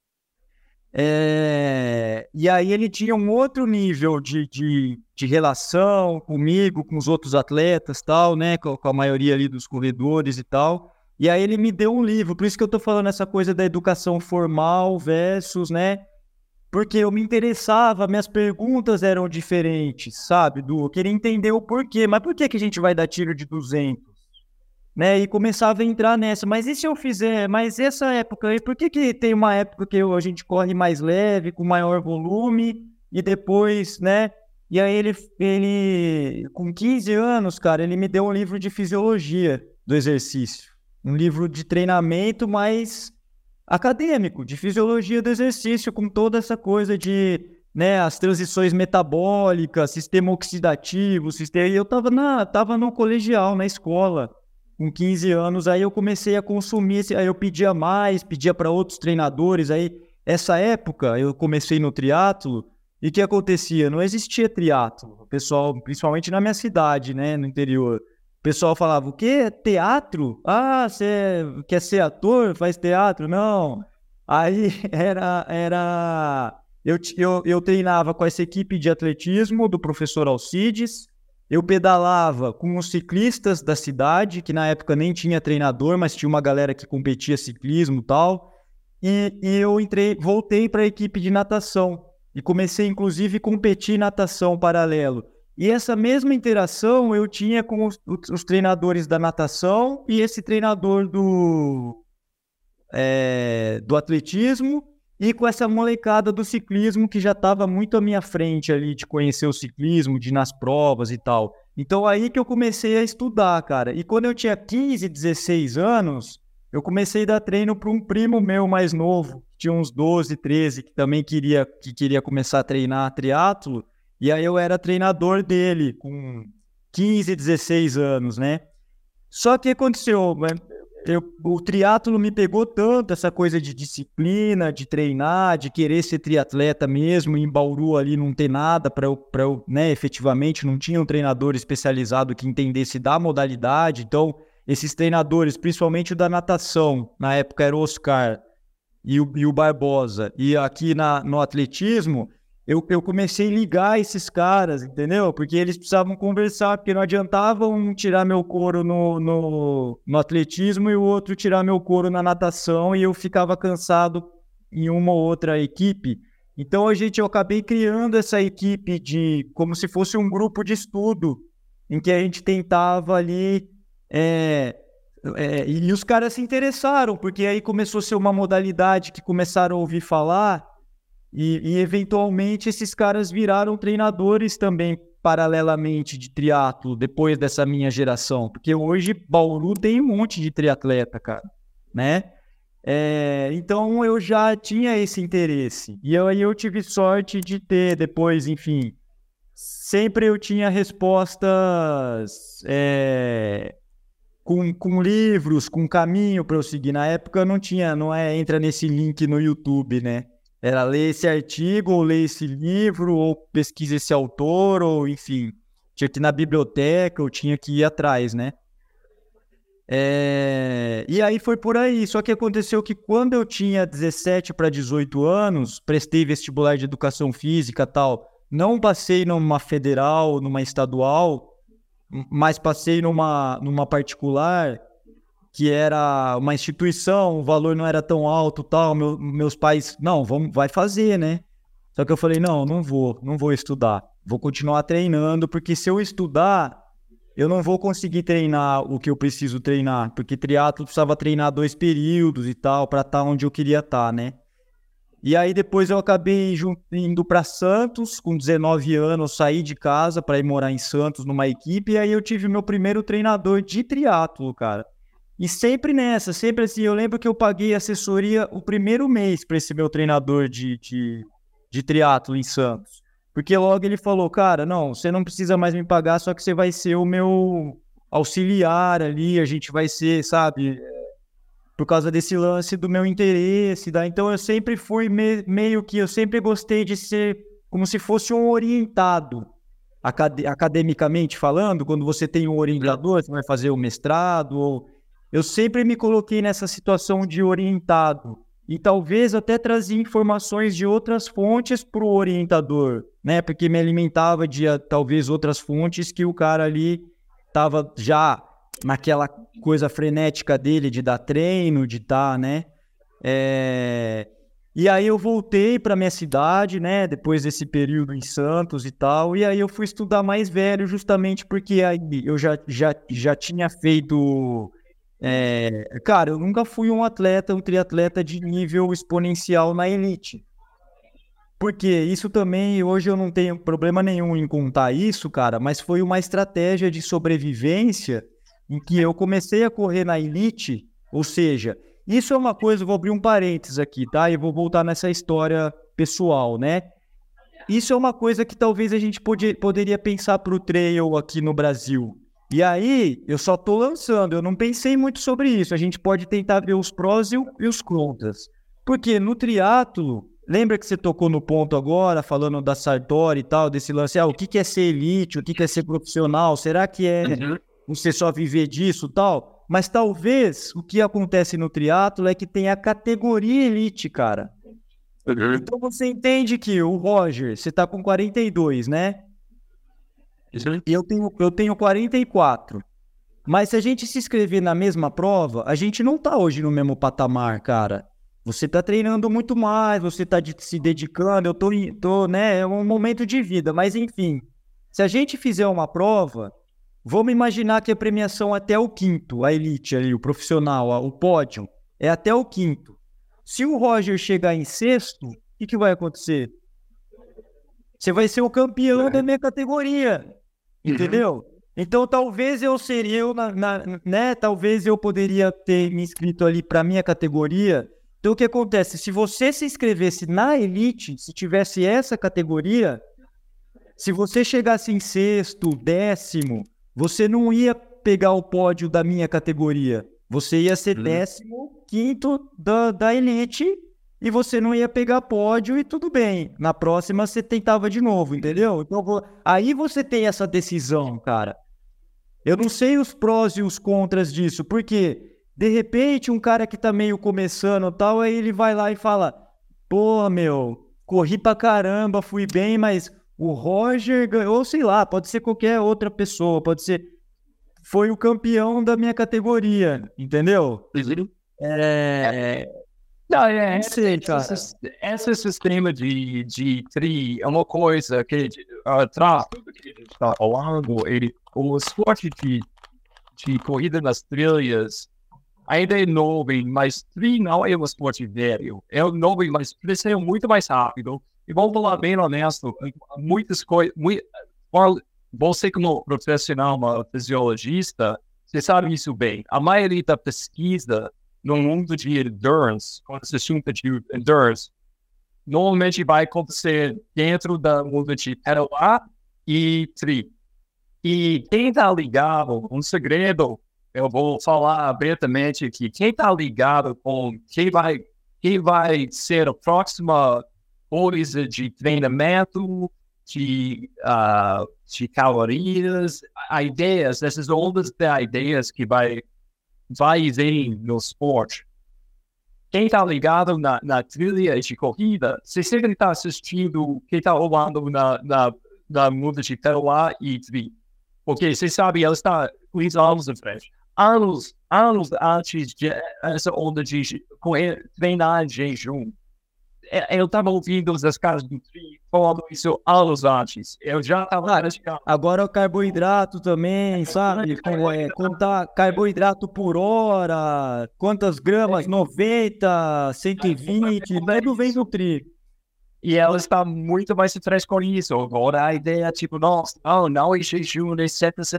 E aí ele tinha um outro nível de relação comigo, com os outros atletas, tal, né, com a maioria ali dos corredores e tal. E aí ele me deu um livro, por isso que eu tô falando essa coisa da educação formal versus, né, porque eu me interessava, minhas perguntas eram diferentes, sabe, eu queria entender o porquê, mas por que a gente vai dar tiro de 200? Né, e começava a entrar nessa, mas e se eu fizer, mas essa época aí, por que tem uma época que a gente corre mais leve, com maior volume, e depois, né, e aí ele com 15 anos, cara, ele me deu um livro de fisiologia do exercício, Um livro de treinamento mais acadêmico, de fisiologia do exercício, com toda essa coisa de, né, as transições metabólicas, sistema oxidativo, sistema... E eu tava no colegial, na escola, com 15 anos, aí eu comecei a consumir, aí eu pedia mais, pedia para outros treinadores, aí essa época eu comecei no triatlo, e o que acontecia? Não existia triatlo, o pessoal, principalmente na minha cidade, né, no interior, o pessoal falava, o quê? Teatro? Ah, você quer ser ator? Faz teatro? Não. Aí eu treinava com essa equipe de atletismo do professor Alcides, eu pedalava com os ciclistas da cidade, que na época nem tinha treinador, mas tinha uma galera que competia ciclismo e tal. E eu voltei para a equipe de natação e comecei, inclusive, a competir em natação paralelo. E essa mesma interação eu tinha com os treinadores da natação e esse treinador do atletismo e com essa molecada do ciclismo que já estava muito à minha frente ali de conhecer o ciclismo, de ir nas provas e tal. Então aí que eu comecei a estudar, cara. E quando eu tinha 15, 16 anos, eu comecei a dar treino para um primo meu mais novo, que tinha uns 12, 13, que também queria começar a treinar triatlo. E aí eu era treinador dele com 15, 16 anos, né? Só que aconteceu, o triatlo me pegou tanto, essa coisa de disciplina, de treinar, de querer ser triatleta mesmo. Em Bauru ali não ter nada para eu, né, efetivamente, não tinha um treinador especializado que entendesse da modalidade. Então, esses treinadores, principalmente o da natação, na época era o Oscar e o Barbosa, e aqui no atletismo, eu comecei a ligar esses caras, entendeu? Porque eles precisavam conversar, porque não adiantava um tirar meu couro no atletismo e o outro tirar meu couro na natação, e eu ficava cansado em uma ou outra equipe. Então, eu acabei criando essa equipe como se fosse um grupo de estudo, em que a gente tentava ali... e os caras se interessaram, porque aí começou a ser uma modalidade que começaram a ouvir falar, e eventualmente esses caras viraram treinadores também paralelamente de triatlo, depois dessa minha geração, porque hoje Bauru tem um monte de triatleta, cara, né? Então eu já tinha esse interesse, e aí eu tive sorte de ter depois, enfim, sempre eu tinha respostas com livros, com caminho para eu seguir. Na época não tinha, entra nesse link no YouTube, né? Era ler esse artigo, ou ler esse livro, ou pesquisa esse autor, ou enfim, tinha que ir na biblioteca, eu tinha que ir atrás, né? E aí foi por aí. Só que aconteceu que quando eu tinha 17 para 18 anos, prestei vestibular de educação física e tal, não passei numa federal, numa estadual, mas passei numa particular, que era uma instituição, o valor não era tão alto, tal. Meus pais, não, vai fazer, né? Só que eu falei, não vou estudar. Vou continuar treinando, porque se eu estudar, eu não vou conseguir treinar o que eu preciso treinar, porque triatlo precisava treinar 2 períodos e tal, para estar onde eu queria estar, né? E aí depois eu acabei indo para Santos, com 19 anos, eu saí de casa para ir morar em Santos numa equipe, e aí eu tive o meu primeiro treinador de triatlo, cara. E sempre assim, eu lembro que eu paguei assessoria o primeiro mês para esse meu treinador de triatlo em Santos. Porque logo ele falou, cara, não, você não precisa mais me pagar, só que você vai ser o meu auxiliar ali, a gente vai ser, sabe, por causa desse lance do meu interesse. Então eu sempre fui meio que, eu sempre gostei de ser como se fosse um orientado. Academicamente falando, quando você tem um orientador, você vai fazer o mestrado, eu sempre me coloquei nessa situação de orientado. E talvez até trazia informações de outras fontes para o orientador, né? Porque me alimentava de talvez outras fontes que o cara ali estava já naquela coisa frenética dele de dar treino, de estar, né? E aí eu voltei para minha cidade, né? Depois desse período em Santos e tal. E aí eu fui estudar mais velho, justamente porque aí eu já tinha feito... cara, eu nunca fui um triatleta de nível exponencial na elite. Porque isso também, hoje eu não tenho problema nenhum em contar isso, cara, mas foi uma estratégia de sobrevivência em que eu comecei a correr na elite Ou seja, isso é uma coisa, eu vou abrir um parênteses aqui, tá? E vou voltar nessa história pessoal, né? Isso é uma coisa que talvez a gente poderia pensar para o trail aqui no Brasil. E aí, eu só estou lançando, eu não pensei muito sobre isso. A gente pode tentar ver os prós e os contras. Porque no triatlo, lembra que você tocou no ponto agora, falando da Sartori e tal, desse lance, o que é ser elite, o que é ser profissional, será que é você só viver disso e tal? Mas talvez o que acontece no triatlo é que tem a categoria elite, cara. Então você entende que o Roger, você tá com 42, né? E eu tenho 44. Mas se a gente se inscrever na mesma prova, a gente não tá hoje no mesmo patamar, cara. Você tá treinando muito mais, você tá se dedicando, eu tô, né? É um momento de vida, mas enfim. Se a gente fizer uma prova, vamos imaginar que a premiação é até o quinto, a elite ali, o profissional, o pódio, é até o quinto. Se o Roger chegar em sexto, o que vai acontecer? Você vai ser o campeão da minha categoria, entendeu? Então, talvez eu seria, né? Talvez eu poderia ter me inscrito ali para minha categoria. Então, o que acontece? Se você se inscrevesse na elite, se tivesse essa categoria, se você chegasse em sexto, décimo, você não ia pegar o pódio da minha categoria. Você ia ser 15º da elite e você não ia pegar pódio e tudo bem. Na próxima você tentava de novo, entendeu? Então, aí você tem essa decisão, cara. Eu não sei os prós e os contras disso, porque de repente um cara que tá meio começando e tal, aí ele vai lá e fala, pô, meu, corri pra caramba, fui bem, mas o Roger ganhou, sei lá, pode ser qualquer outra pessoa, pode ser... Foi o campeão da minha categoria, entendeu? Não, Não sei, cara. esse sistema de tri é uma coisa que atrás do que a gente está falando, o esporte de corrida nas trilhas ainda é novo, mas tri não é um esporte velho. É novo, mas cresceu muito mais rápido. E vamos falar bem honesto, muitas coisas... Você como profissional, uma fisiologista, você sabe isso bem. A maioria da pesquisa no mundo de endurance, quando se chama de endurance, normalmente vai acontecer dentro do mundo de pedalar e tri. E quem está ligado, um segredo, eu vou falar abertamente aqui, quem está ligado com quem vai ser a próxima coisa de treinamento, de calorias, ideias, essas ondas de ideias que vai e vem no esporte. Quem está ligado na trilha de corrida, você sempre está assistindo quem está rolando na mundo de pedalar e tri. Porque você sabe, ela está 15 anos à frente. Anos antes dessa onda de treinar em jejum. Eu estava ouvindo os caras do tri falando isso anos antes. Eu já estava... Agora o carboidrato também, sabe? Contar carboidrato por hora, quantas gramas, 90, 120, tudo vem do tri. E ela está muito mais atrás com isso. Agora a ideia é tipo, nossa, não é jejum, é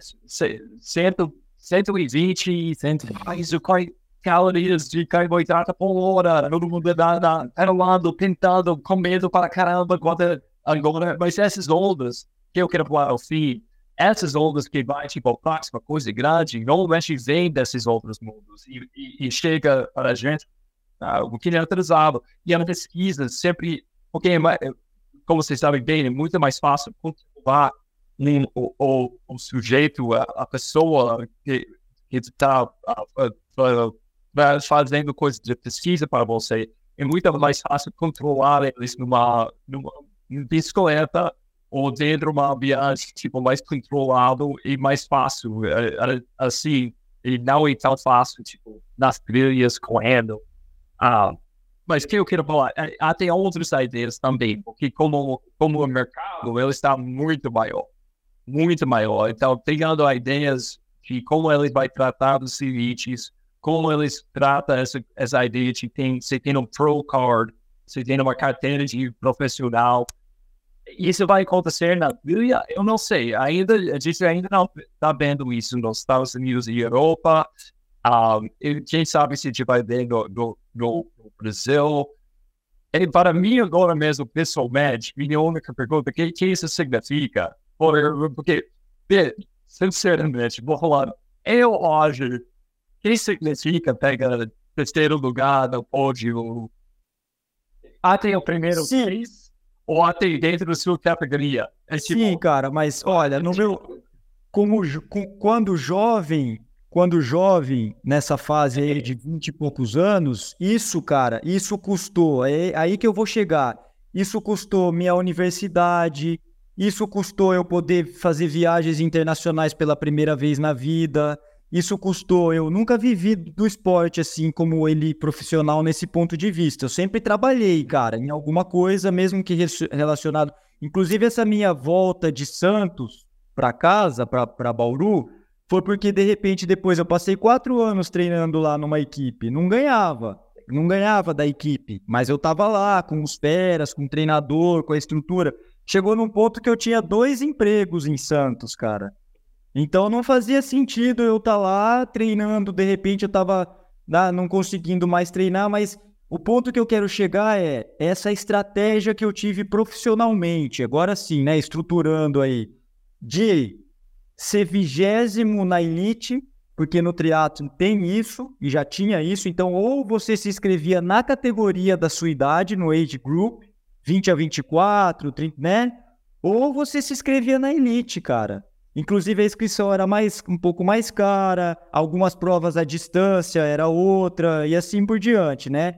120, 100 calorias de carboidrato por hora, todo mundo pedalando, pintando, comendo para caramba, agora, mas essas ondas que eu quero falar ao fim, essas ondas que vai, tipo, a próxima coisa grande, normalmente vem desses outros mundos e chega para a gente o que é atrasado. E a pesquisa sempre, porque, como vocês sabem bem, é muito mais fácil controlar o sujeito, a pessoa que está fazendo coisas de pesquisa para você, é muito mais fácil controlar eles numa bicicleta ou dentro de uma viagem tipo, mais controlado e mais fácil, assim, e não é tão fácil, tipo, nas trilhas, correndo. Mas o que eu quero falar, há tem outras ideias também, porque como o mercado, ele está muito maior, então pegando ideias de como eles vai tratar dos limites, como eles tratam essa ideia de você tem um pro card, você tem uma carteira de profissional. Isso vai acontecer na trilha? Eu não sei. A gente ainda não está vendo isso nos Estados Unidos e Europa. E quem sabe se a gente vai ver no Brasil. E para mim, agora mesmo, pessoalmente, minha única pergunta, o que isso significa? Porque, sinceramente, vou falar, eu acho que significa pegar terceiro lugar no pódio até o primeiro mês ou até dentro da sua categoria. Sim, cara, mas olha, no meu, quando jovem, nessa fase aí de 20 e poucos anos, isso, cara, isso custou, é aí que eu vou chegar. Isso custou minha universidade, isso custou eu poder fazer viagens internacionais pela primeira vez na vida, isso custou, eu nunca vivi do esporte assim como ele profissional nesse ponto de vista. Eu sempre trabalhei, cara, em alguma coisa, mesmo que relacionado. Inclusive, essa minha volta de Santos para casa, para Bauru, foi porque, de repente, depois eu passei 4 anos treinando lá numa equipe. Não ganhava da equipe, mas eu tava lá com os feras, com o treinador, com a estrutura. Chegou num ponto que eu tinha 2 empregos em Santos, cara. Então não fazia sentido eu estar lá treinando, de repente eu tava não conseguindo mais treinar, mas o ponto que eu quero chegar é essa estratégia que eu tive profissionalmente, agora sim, né, estruturando aí, de ser 20º na elite, porque no triatlo tem isso, e já tinha isso, então ou você se inscrevia na categoria da sua idade, no age group, 20 a 24, 30, né, ou você se inscrevia na elite, cara. Inclusive a inscrição era um pouco mais cara, algumas provas à distância era outra, e assim por diante, né?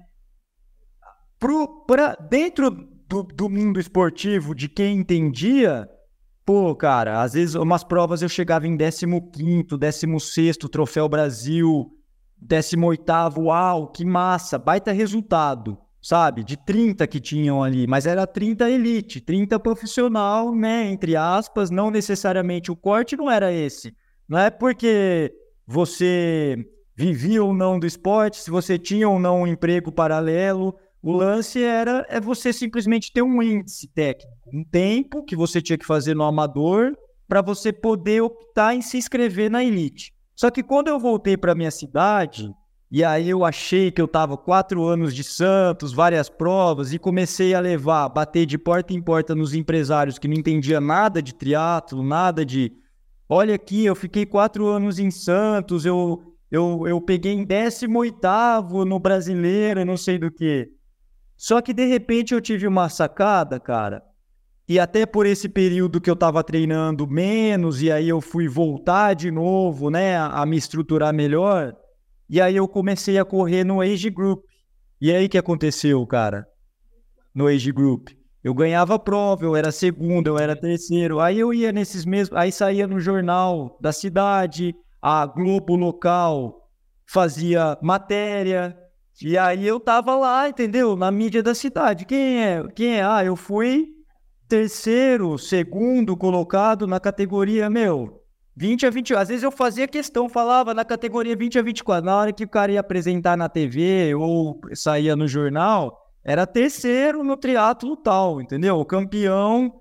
Dentro do mundo esportivo, de quem entendia, pô, cara, às vezes umas provas eu chegava em 15º, 16º, Troféu Brasil, 18º, uau, que massa, baita resultado, sabe? De 30 que tinham ali, mas era 30 elite, 30 profissional, né? Entre aspas, não necessariamente o corte não era esse. Não é porque você vivia ou não do esporte, se você tinha ou não um emprego paralelo. O lance é você simplesmente ter um índice técnico, um tempo que você tinha que fazer no amador para você poder optar em se inscrever na elite. Só que quando eu voltei para minha cidade, e aí eu achei que eu estava 4 anos de Santos, várias provas, e comecei a bater de porta em porta nos empresários que não entendiam nada de triatlo, nada de... Olha aqui, eu fiquei 4 anos em Santos, eu peguei em 18º no Brasileiro, não sei do que. Só que, de repente, eu tive uma sacada, cara, e até por esse período que eu tava treinando menos, e aí eu fui voltar de novo, né, a me estruturar melhor, e aí eu comecei a correr no Age Group. E aí o que aconteceu, cara? No Age Group. Eu ganhava prova, eu era segundo, eu era terceiro, aí eu ia nesses mesmos, aí saía no jornal da cidade, a Globo local fazia matéria, e aí eu tava lá, entendeu? Na mídia da cidade. Quem é? Ah, eu fui terceiro, segundo colocado na categoria, 20 a 20. Às vezes eu fazia questão, falava na categoria 20 a 24. Na hora que o cara ia apresentar na TV ou saía no jornal, era terceiro no triatlo tal, entendeu? Campeão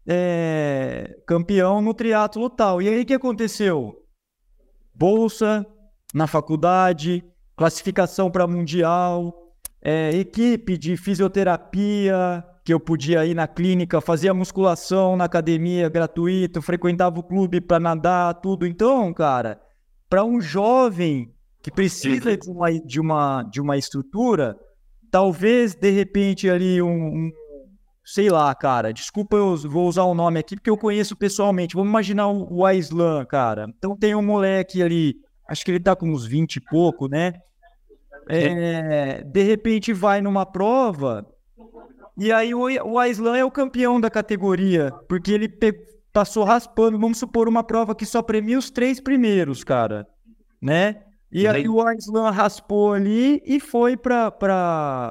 no triatlo tal. E aí o que aconteceu? Bolsa na faculdade, classificação para mundial, equipe de fisioterapia, que eu podia ir na clínica, fazia musculação na academia gratuito, frequentava o clube para nadar, tudo. Então, cara, para um jovem que precisa de uma estrutura, talvez, de repente, ali sei lá, cara, desculpa, eu vou usar o nome aqui porque eu conheço pessoalmente. Vamos imaginar o Aislan, cara. Então tem um moleque ali, acho que ele tá com uns 20 e pouco, né? De repente vai numa prova e aí o Aislan é o campeão da categoria, porque ele passou raspando, vamos supor, uma prova que só premia os 3 primeiros, cara, né? E aí o Aislan raspou ali e foi pra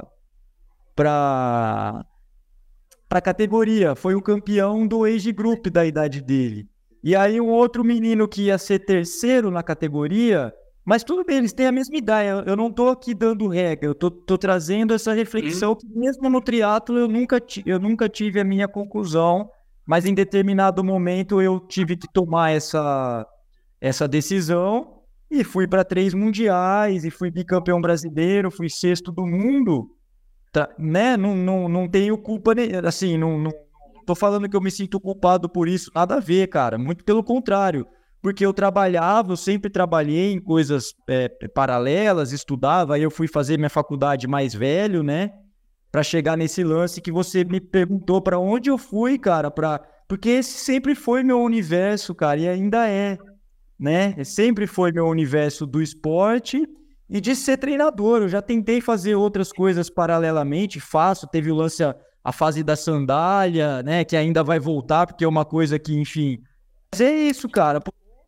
categoria, foi o campeão do age group da idade dele. E aí um outro menino que ia ser terceiro na categoria, mas tudo bem, eles têm a mesma ideia, eu não tô aqui dando regra, eu tô trazendo essa reflexão que mesmo no triatlo eu nunca tive a minha conclusão, mas em determinado momento eu tive que tomar essa decisão e fui para 3 mundiais, e fui bicampeão brasileiro, fui 6º do mundo, tá, né? Não tenho culpa, assim, não tô falando que eu me sinto culpado por isso, nada a ver, cara, muito pelo contrário, porque eu sempre trabalhei em coisas paralelas, estudava, aí eu fui fazer minha faculdade mais velho, né? Para chegar nesse lance que você me perguntou para onde eu fui, cara, porque esse sempre foi meu universo, cara, e ainda é, né? Sempre foi meu universo do esporte e de ser treinador. Eu já tentei fazer outras coisas paralelamente, teve o lance, a fase da sandália, né? Que ainda vai voltar, porque é uma coisa que, enfim. Mas é isso, cara.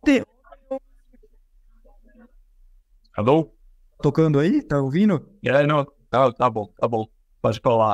Alô? Tocando aí? Tá ouvindo? Não, tá bom. Pode falar.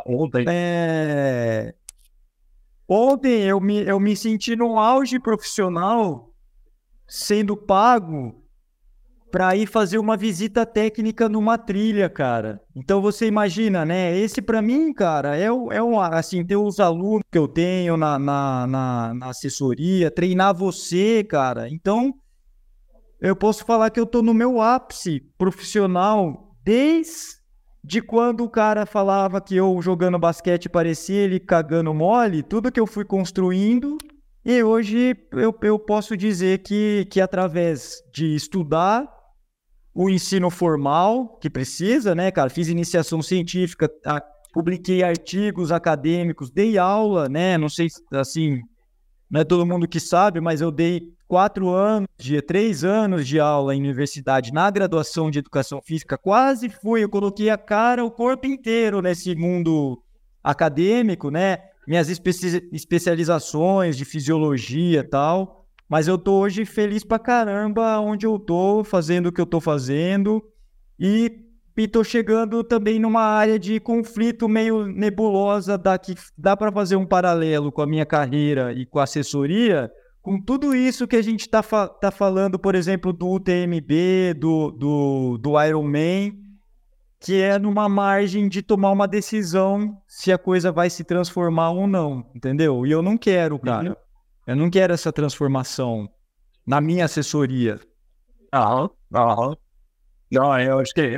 Ontem eu me senti no auge profissional sendo pago para ir fazer uma visita técnica numa trilha, cara. Então você imagina, né? Esse para mim, cara, assim, ter os alunos que eu tenho na assessoria, treinar você, cara. Então, eu posso falar que eu tô no meu ápice profissional desde quando o cara falava que eu jogando basquete parecia ele cagando mole, tudo que eu fui construindo. E hoje eu posso dizer que através de estudar o ensino formal, que precisa, né, cara? Fiz iniciação científica, publiquei artigos acadêmicos, dei aula, né? Não sei, assim, não é todo mundo que sabe, mas eu dei 3 anos de aula em universidade na graduação de educação física. Eu coloquei a cara, o corpo inteiro nesse mundo acadêmico, né? Minhas especializações de fisiologia e tal. Mas eu tô hoje feliz pra caramba onde eu tô, fazendo o que eu tô fazendo. E tô chegando também numa área de conflito meio nebulosa, que dá para fazer um paralelo com a minha carreira e com a assessoria, com tudo isso que a gente tá falando, por exemplo, do UTMB, do Ironman, que é numa margem de tomar uma decisão se a coisa vai se transformar ou não, entendeu? E eu não quero, cara. Eu não quero essa transformação na minha assessoria. Não, eu acho que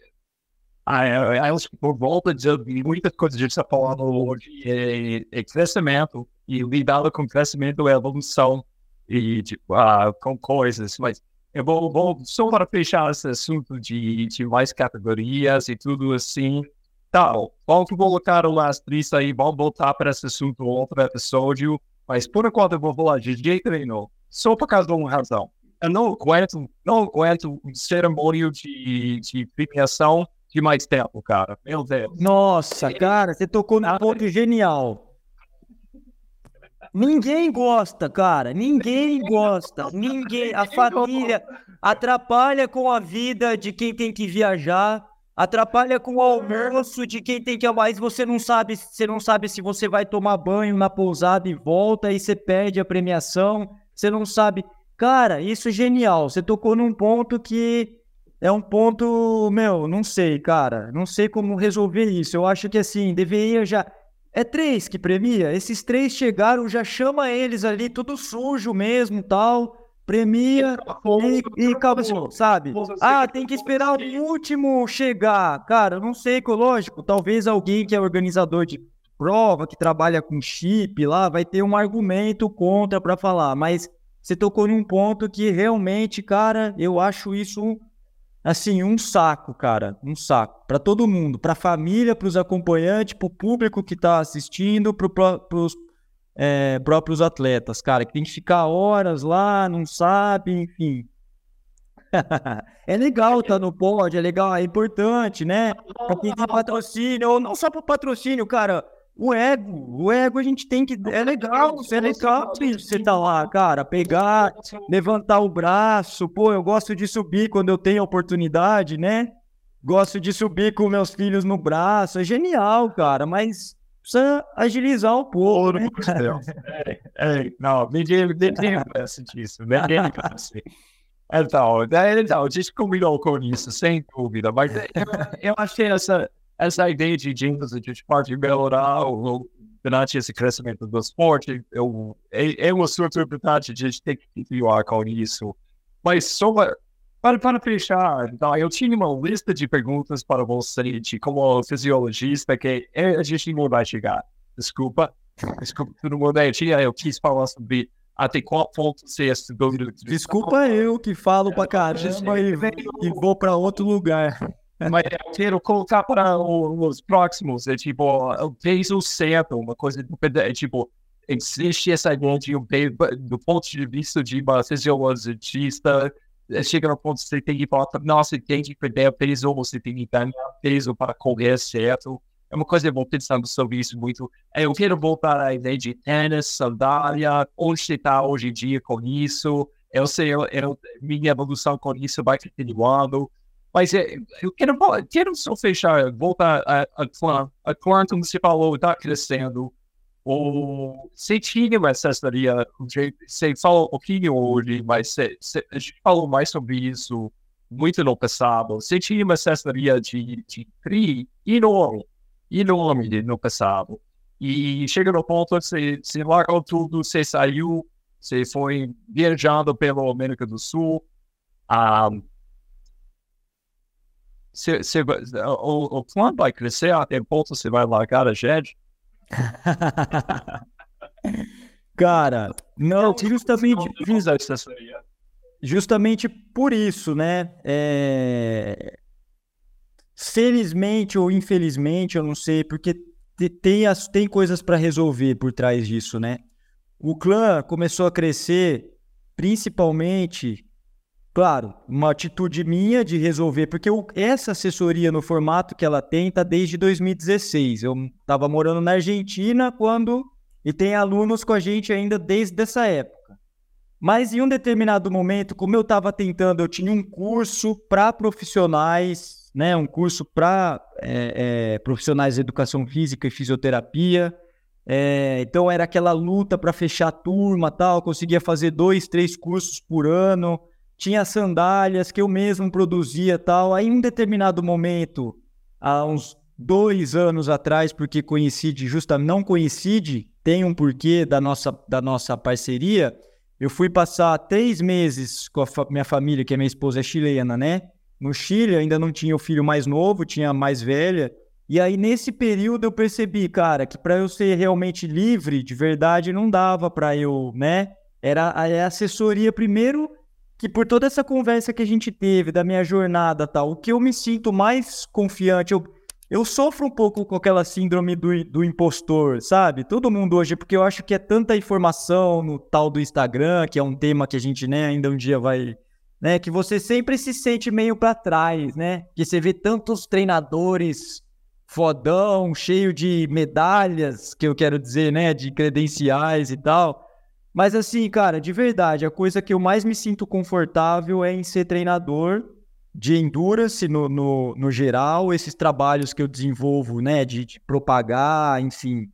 por volta de muitas coisas que a gente está falando hoje é crescimento, e lidar com crescimento é evolução, e com coisas, mas eu vou só para fechar esse assunto de mais categorias e tudo assim. Tá, vamos colocar o last list aí, vamos voltar para esse assunto outro episódio, mas por enquanto eu vou falar de jeito nenhum, só por causa de uma razão. Eu não aguento um cerimônio de premiação de mais tempo, cara. Meu Deus. Nossa, cara, você tocou num ponto genial. Ninguém gosta, cara. Ninguém gosta. Ninguém. A família atrapalha com a vida de quem tem que viajar. Atrapalha com o almoço de quem tem que mais. Você não sabe se você vai tomar banho na pousada e volta e você perde a premiação. Você não sabe. Cara, isso é genial. Você tocou num ponto que é um ponto, não sei, cara. Não sei como resolver isso. Eu acho que assim, deveria já. É 3 que premia. Esses 3 chegaram, já chama eles ali, tudo sujo mesmo, tal. Premia e acabou, sabe? Tem que esperar o último chegar. Cara, eu não sei, lógico, talvez alguém que é organizador de prova, que trabalha com chip lá, vai ter um argumento contra para falar. Mas você tocou num ponto que realmente, cara, eu acho isso, assim, um saco, cara. Um saco. Para todo mundo. Para a família, para os acompanhantes, para o público que está assistindo, para os próprios atletas, cara, que tem que ficar horas lá, não sabe, enfim. É legal estar no pódio, é legal, é importante, né? Para quem tem patrocínio, ou não só para patrocínio, cara. O ego a gente tem que. É legal você tá lá, cara, pegar, levantar o braço. Pô, eu gosto de subir quando eu tenho oportunidade, né? Gosto de subir com meus filhos no braço. É genial, cara, mas precisa agilizar um pouco, né? Não, ninguém pensa disso. Ninguém pensa. Então, a gente combinou com isso, sem dúvida, mas eu achei essa ideia de James, a gente pode melhorar durante esse crescimento do esporte. É uma oportunidade de a gente ter que continuar com isso. Mas só Para fechar, então, eu tinha uma lista de perguntas para você, de como fisiologista, que a gente não vai chegar. Desculpa, todo mundo. Eu quis falar sobre até qual ponto você estudou nutrição. Desculpa eu que falo pra caramba e vou pra outro lugar. Mas eu quero colocar para os próximos, tipo, o peso certo, uma coisa, tipo, existe essa ideia de um peso, do ponto de vista de uma fisiologista, chega no ponto que você tem que falar, nossa, tem que perder peso, você tem que ganhar peso para correr certo. É uma coisa, eu vou pensando sobre isso muito. Eu quero voltar à ideia de tênis, sandália, onde você está hoje em dia com isso. Eu sei, minha evolução com isso vai continuando. Mas eu quero só fechar, voltar a Quantum, você falou, está crescendo. Você tinha uma assessoria, você falou um pouquinho hoje, mas a gente falou mais sobre isso muito no passado. Você tinha uma assessoria de TRI enorme no passado. E chega no ponto que você largou tudo, você saiu, você foi viajando pela América do Sul. O plano vai crescer até o ponto que você vai largar a gente. Cara, não, justamente por isso, né? Felizmente ou infelizmente, eu não sei, porque tem coisas para resolver por trás disso, né? O clã começou a crescer principalmente, claro, uma atitude minha de resolver, porque essa assessoria no formato que ela tem tá desde 2016. Eu estava morando na Argentina e tem alunos com a gente ainda desde essa época. Mas em um determinado momento, como eu estava tentando, eu tinha um curso para profissionais, né? Um curso para profissionais de educação física e fisioterapia. Então era aquela luta para fechar a turma, tal. Conseguia fazer 2, 3 cursos por ano. Tinha sandálias que eu mesmo produzia, tal. Aí em um determinado momento, há uns 2 anos atrás, porque não coincide, tem um porquê da nossa parceria. Eu fui passar 3 meses com a minha família, que a minha esposa é chilena, né? No Chile, ainda não tinha o filho mais novo, tinha a mais velha. E aí, nesse período, eu percebi, cara, que para eu ser realmente livre, de verdade, não dava para eu, né? Era a assessoria primeiro, que por toda essa conversa que a gente teve, da minha jornada e tal, o que eu me sinto mais confiante, eu sofro um pouco com aquela síndrome do impostor, sabe? Todo mundo hoje, porque eu acho que é tanta informação no tal do Instagram, que é um tema que a gente, né, ainda um dia vai, né, que você sempre se sente meio para trás, né? Que você vê tantos treinadores fodão, cheio de medalhas, que eu quero dizer, né, de credenciais e tal. Mas assim, cara, de verdade, a coisa que eu mais me sinto confortável é em ser treinador de endurance no geral, esses trabalhos que eu desenvolvo, né, de propagar, enfim,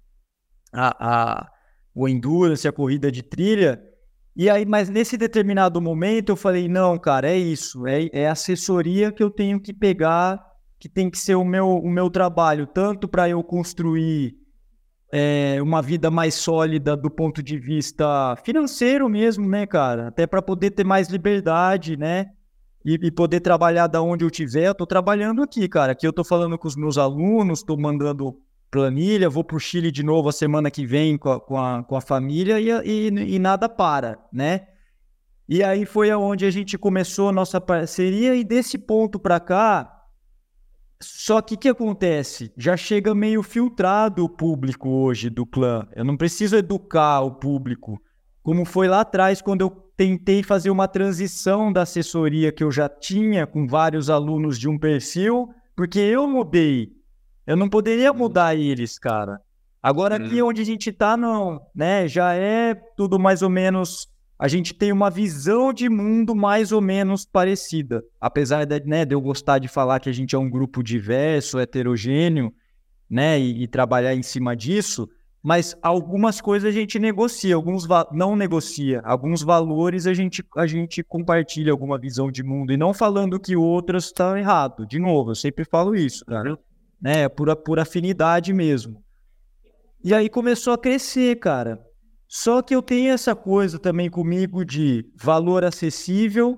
o endurance, a corrida de trilha. E aí, mas nesse determinado momento eu falei, não, cara, é isso, é assessoria que eu tenho que pegar, que tem que ser o meu trabalho, tanto para eu construir uma vida mais sólida do ponto de vista financeiro mesmo, né, cara? Até para poder ter mais liberdade, né? E poder trabalhar da onde eu tiver. Eu tô trabalhando aqui, cara. Aqui eu tô falando com os meus alunos, tô mandando planilha, vou pro Chile de novo a semana que vem com a família e nada para, né? E aí foi aonde a gente começou a nossa parceria e desse ponto para cá. Só que o que acontece? Já chega meio filtrado o público hoje do clã. Eu não preciso educar o público, como foi lá atrás quando eu tentei fazer uma transição da assessoria que eu já tinha com vários alunos de um perfil, porque eu mudei. Eu não poderia mudar eles, cara. Agora aqui onde a gente tá, não, né? Já é tudo mais ou menos... A gente tem uma visão de mundo mais ou menos parecida. Apesar de eu gostar de falar que a gente é um grupo diverso, heterogêneo, né? E trabalhar em cima disso, mas algumas coisas a gente negocia, alguns não negocia. Alguns valores a gente compartilha alguma visão de mundo. E não falando que outras estão errado. De novo, eu sempre falo isso, cara. Né? Por afinidade mesmo. E aí começou a crescer, cara. Só que eu tenho essa coisa também comigo de valor acessível,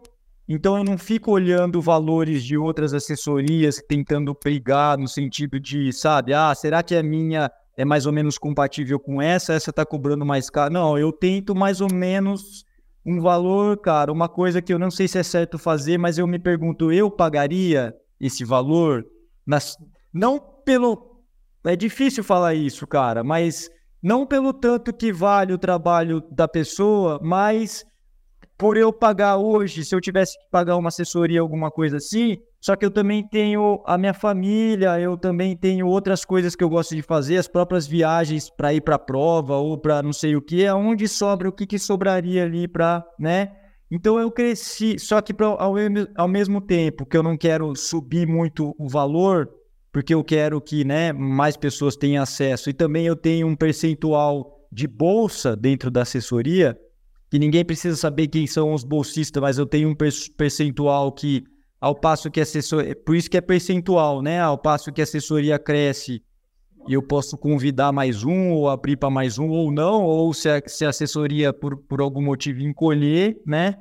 Então eu não fico olhando valores de outras assessorias, tentando brigar no sentido de, sabe, será que a minha é mais ou menos compatível com essa tá cobrando mais caro? Não, eu tento mais ou menos um valor, cara, uma coisa que eu não sei se é certo fazer, mas eu me pergunto, eu pagaria esse valor? Não pelo... É difícil falar isso, cara, mas não pelo tanto que vale o trabalho da pessoa, mas por eu pagar hoje, se eu tivesse que pagar uma assessoria, alguma coisa assim, só que eu também tenho a minha família, eu também tenho outras coisas que eu gosto de fazer, as próprias viagens para ir para a prova ou para não sei o que, aonde sobra, o que, que sobraria ali para, né? Então eu cresci, só que ao mesmo tempo que eu não quero subir muito o valor, porque eu quero que, né, mais pessoas tenham acesso, e também eu tenho um percentual de bolsa dentro da assessoria, que ninguém precisa saber quem são os bolsistas, mas eu tenho um percentual que, ao passo que a assessoria... Por isso que é percentual, né? Ao passo que a assessoria cresce, eu posso convidar mais um, ou abrir para mais um, ou não, ou se a assessoria, por algum motivo, encolher, né?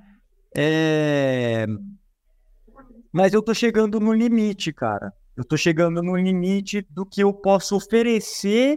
Mas eu tô chegando no limite, cara. Eu tô chegando no limite do que eu posso oferecer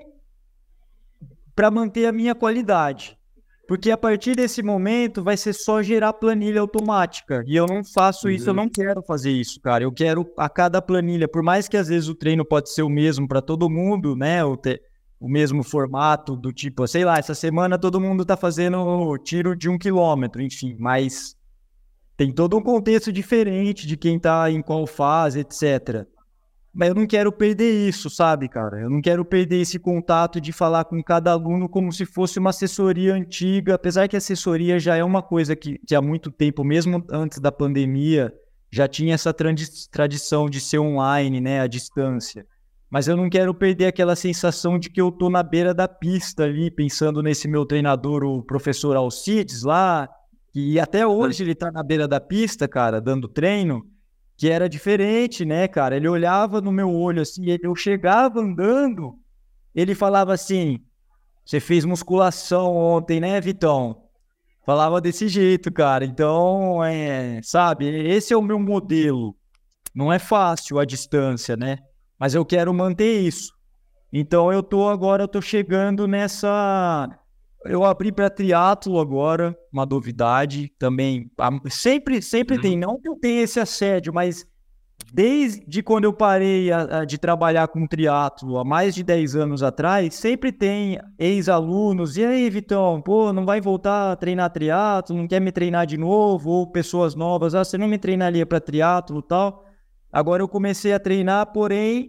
para manter a minha qualidade. Porque a partir desse momento vai ser só gerar planilha automática. E eu não faço isso, eu não quero fazer isso, cara. Eu quero a cada planilha, por mais que às vezes o treino pode ser o mesmo para todo mundo, né? O mesmo formato do tipo, sei lá, essa semana todo mundo tá fazendo tiro de 1 quilômetro, enfim, mas tem todo um contexto diferente de quem tá em qual fase, etc. Mas eu não quero perder isso, sabe, cara? Eu não quero perder esse contato de falar com cada aluno como se fosse uma assessoria antiga, apesar que a assessoria já é uma coisa que há muito tempo, mesmo antes da pandemia, já tinha essa tradição de ser online, né, à distância. Mas eu não quero perder aquela sensação de que eu tô na beira da pista ali, pensando nesse meu treinador, o professor Alcides lá, e até hoje ele tá na beira da pista, cara, dando treino, que era diferente, né, cara? Ele olhava no meu olho assim, eu chegava andando, ele falava assim, você fez musculação ontem, né, Vitão? Falava desse jeito, cara. Então, sabe, esse é o meu modelo. Não é fácil a distância, né? Mas eu quero manter isso. Então, eu tô chegando nessa... Eu abri para triatlo agora, uma novidade também. Sempre tem, não que eu tenha esse assédio, mas desde quando eu parei de trabalhar com triatlo há mais de 10 anos atrás, sempre tem ex-alunos. E aí, Vitão, pô, não vai voltar a treinar triatlo? Não quer me treinar de novo? Ou pessoas novas, você não me treinaria para triatlo e tal? Agora eu comecei a treinar, porém,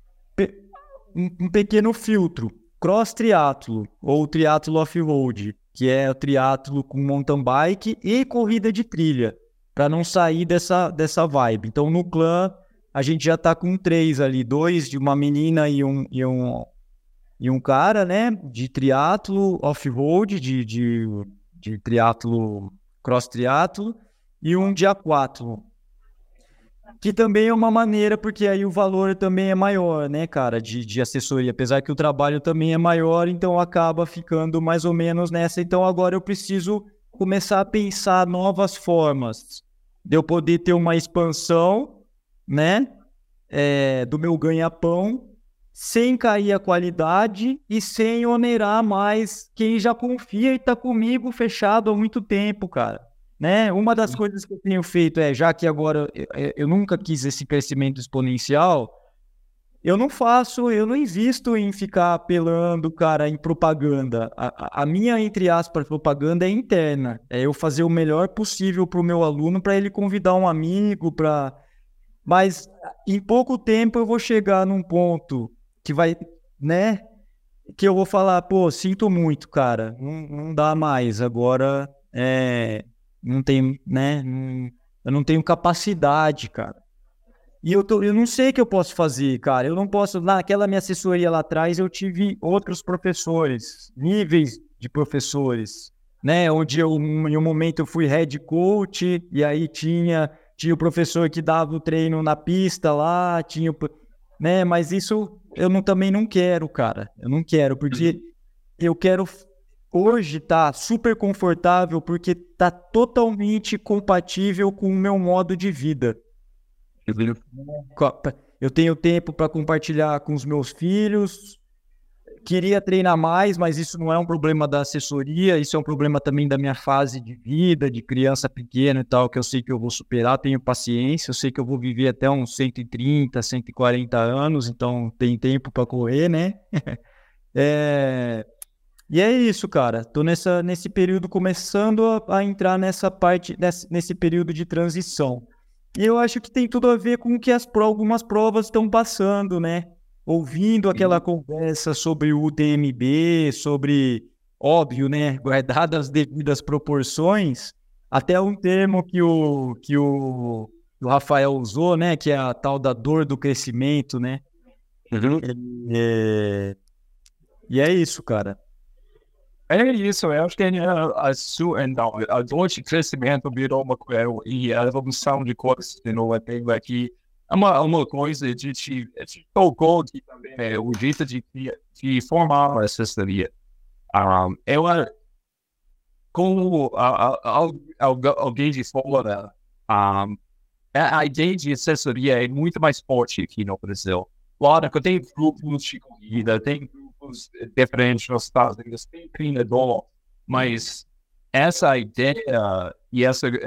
um pequeno filtro. Cross triatlo ou triatlo off-road, que é o triatlo com mountain bike e corrida de trilha, para não sair dessa vibe. Então, no clã, a gente já tá com 3 ali, 2 de uma menina e um cara, né, de triatlo off-road, de triatlo, cross triatlo, e um de aquatlo. Que também é uma maneira, porque aí o valor também é maior, né, cara, de assessoria. Apesar que o trabalho também é maior, então acaba ficando mais ou menos nessa. Então agora eu preciso começar a pensar novas formas de eu poder ter uma expansão, né, do meu ganha-pão, sem cair a qualidade e sem onerar mais quem já confia e tá comigo fechado há muito tempo, cara. Né? Uma das coisas que eu tenho feito já que agora eu nunca quis esse crescimento exponencial, eu não invisto em ficar apelando, cara, em propaganda. A minha, entre aspas, propaganda é interna. É eu fazer o melhor possível para o meu aluno, para ele convidar um amigo, mas em pouco tempo eu vou chegar num ponto que vai, né? Que eu vou falar, pô, sinto muito, cara, não dá mais. Agora não tenho, né? Eu não tenho capacidade, cara. E eu não sei o que eu posso fazer, cara. Eu não posso. Naquela minha assessoria lá atrás, eu tive outros professores, níveis de professores, né? Onde em um momento eu fui head coach, e aí tinha o professor que dava o treino na pista lá, né? Mas isso eu também não quero, cara. Eu não quero, porque eu quero hoje tá super confortável porque tá totalmente compatível com o meu modo de vida. Eu tenho tempo para compartilhar com os meus filhos. Queria treinar mais, mas isso não é um problema da assessoria, isso é um problema também da minha fase de vida, de criança pequena e tal, que eu sei que eu vou superar, tenho paciência, eu sei que eu vou viver até uns 130, 140 anos, então tem tempo para correr, né? E é isso, cara. Tô nesse período começando a entrar nessa parte, nesse período de transição. E eu acho que tem tudo a ver com o que algumas provas estão passando, né? Ouvindo aquela conversa sobre o UTMB, sobre, óbvio, né? Guardadas as devidas proporções, até um termo que o Rafael usou, né? Que é a tal da dor do crescimento, né? E é isso, cara. É isso, eu acho que então, a dor de crescimento virou uma coisa, e a evolução de coisas de novo aqui é uma coisa de te tocou aqui também, o jeito de formar uma assessoria. Eu, como alguém de fora, a ideia de assessoria é muito mais forte aqui no Brasil. Claro que tem grupos de corrida, tem grupos diferentes nos Estados Unidos, tem treinador, mas essa ideia e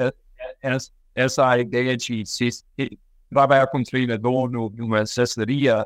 essa ideia de trabalhar com treinador numa assessoria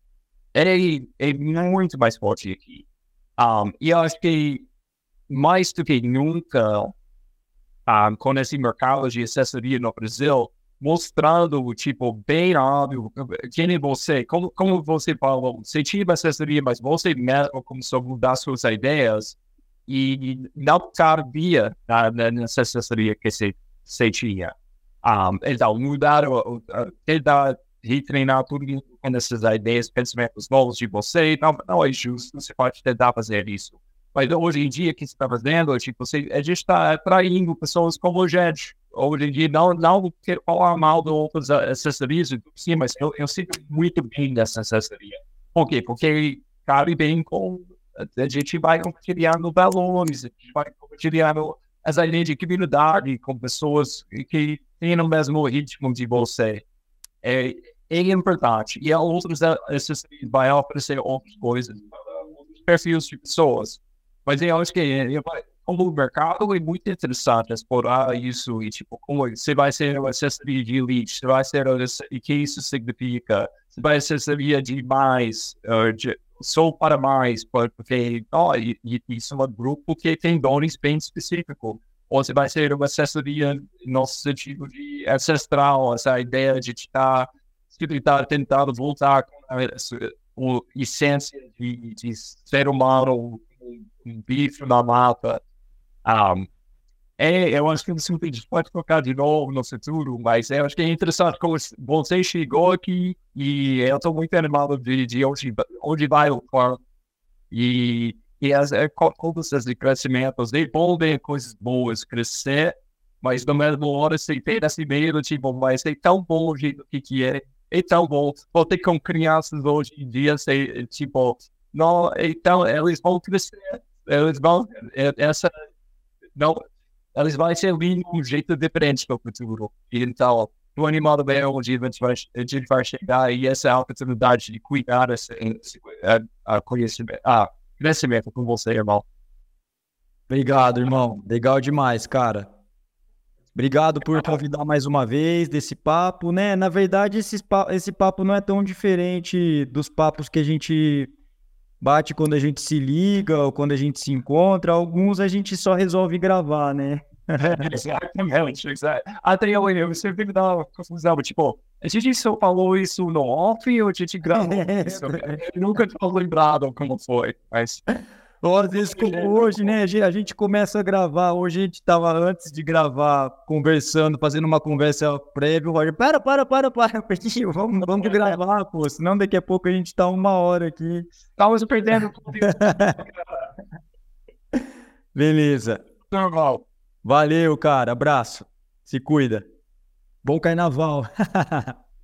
é muito mais forte aqui. E eu acho que mais do que nunca, com esse mercado de assessoria no Brasil, mostrando, tipo, bem óbvio, quem é você, como você falou, você tinha assessoria, mas você mesmo começou a mudar suas ideias e não cabia nessa assessoria que você tinha. Então, mudar, tentar retreinar tudo com essas ideias, pensamentos novos de você, não é justo, você pode tentar fazer isso. Mas hoje em dia, o que você está fazendo, tipo, a gente está atraindo pessoas como a gente. Hoje em dia, não quero falar mal de outras assessorias, sim, mas eu sinto muito bem dessa assessoria. Por quê? Porque cabe bem com... A gente vai compartilhando valores, a gente vai compartilhando as ideias de comunidade com pessoas que têm o mesmo ritmo de você. É importante. E outras assessorias vão oferecer outras coisas, outros perfis de pessoas. Mas eu acho que como o mercado é muito interessante explorar isso e tipo, como você vai ser uma assessoria de elite, você vai ser o que isso significa, você vai ser assessoria de mais, só para mais, porque isso é um grupo que tem dones bem específicos. Ou você vai ser uma assessoria no sentido de ancestral, essa ideia de estar tentando voltar com a essência de ser humano, um bicho na mata. Eu acho que a gente pode tocar de novo no futuro, mas eu acho que é interessante como você chegou aqui e eu estou muito animado de onde vai o corpo. E as coisas de crescimento, é bom ver coisas boas crescer, mas na mesma hora você tem esse medo, tipo, mas é tão bom o jeito que é tão bom. Vou ter com crianças hoje em dia, tipo, não, então eles vão crescer. Eles vão, eles vão ser lindos de um jeito diferente no futuro. Então, estou animado bem onde a gente vai chegar e essa oportunidade de cuidar esse conhecimento, crescimento com você, irmão. Obrigado, irmão. Legal demais, cara. Obrigado por convidar mais uma vez desse papo, né? Na verdade, esse papo não é tão diferente dos papos que a gente bate quando a gente se liga ou quando a gente se encontra. Alguns a gente só resolve gravar, né? Exatamente. Até eu sempre me dá uma confusão, tipo, a gente só falou isso no off ou a gente gravou isso? Eu nunca estou lembrado como foi, mas... Às vezes, como hoje, né? A gente começa a gravar. Hoje a gente estava antes de gravar, conversando, fazendo uma conversa prévia. O Roger, para, Pedrinho, vamos gravar, pô. Senão daqui a pouco a gente tá 1 hora aqui. Estamos perdendo. Beleza. Normal. Valeu, cara. Abraço. Se cuida. Bom carnaval.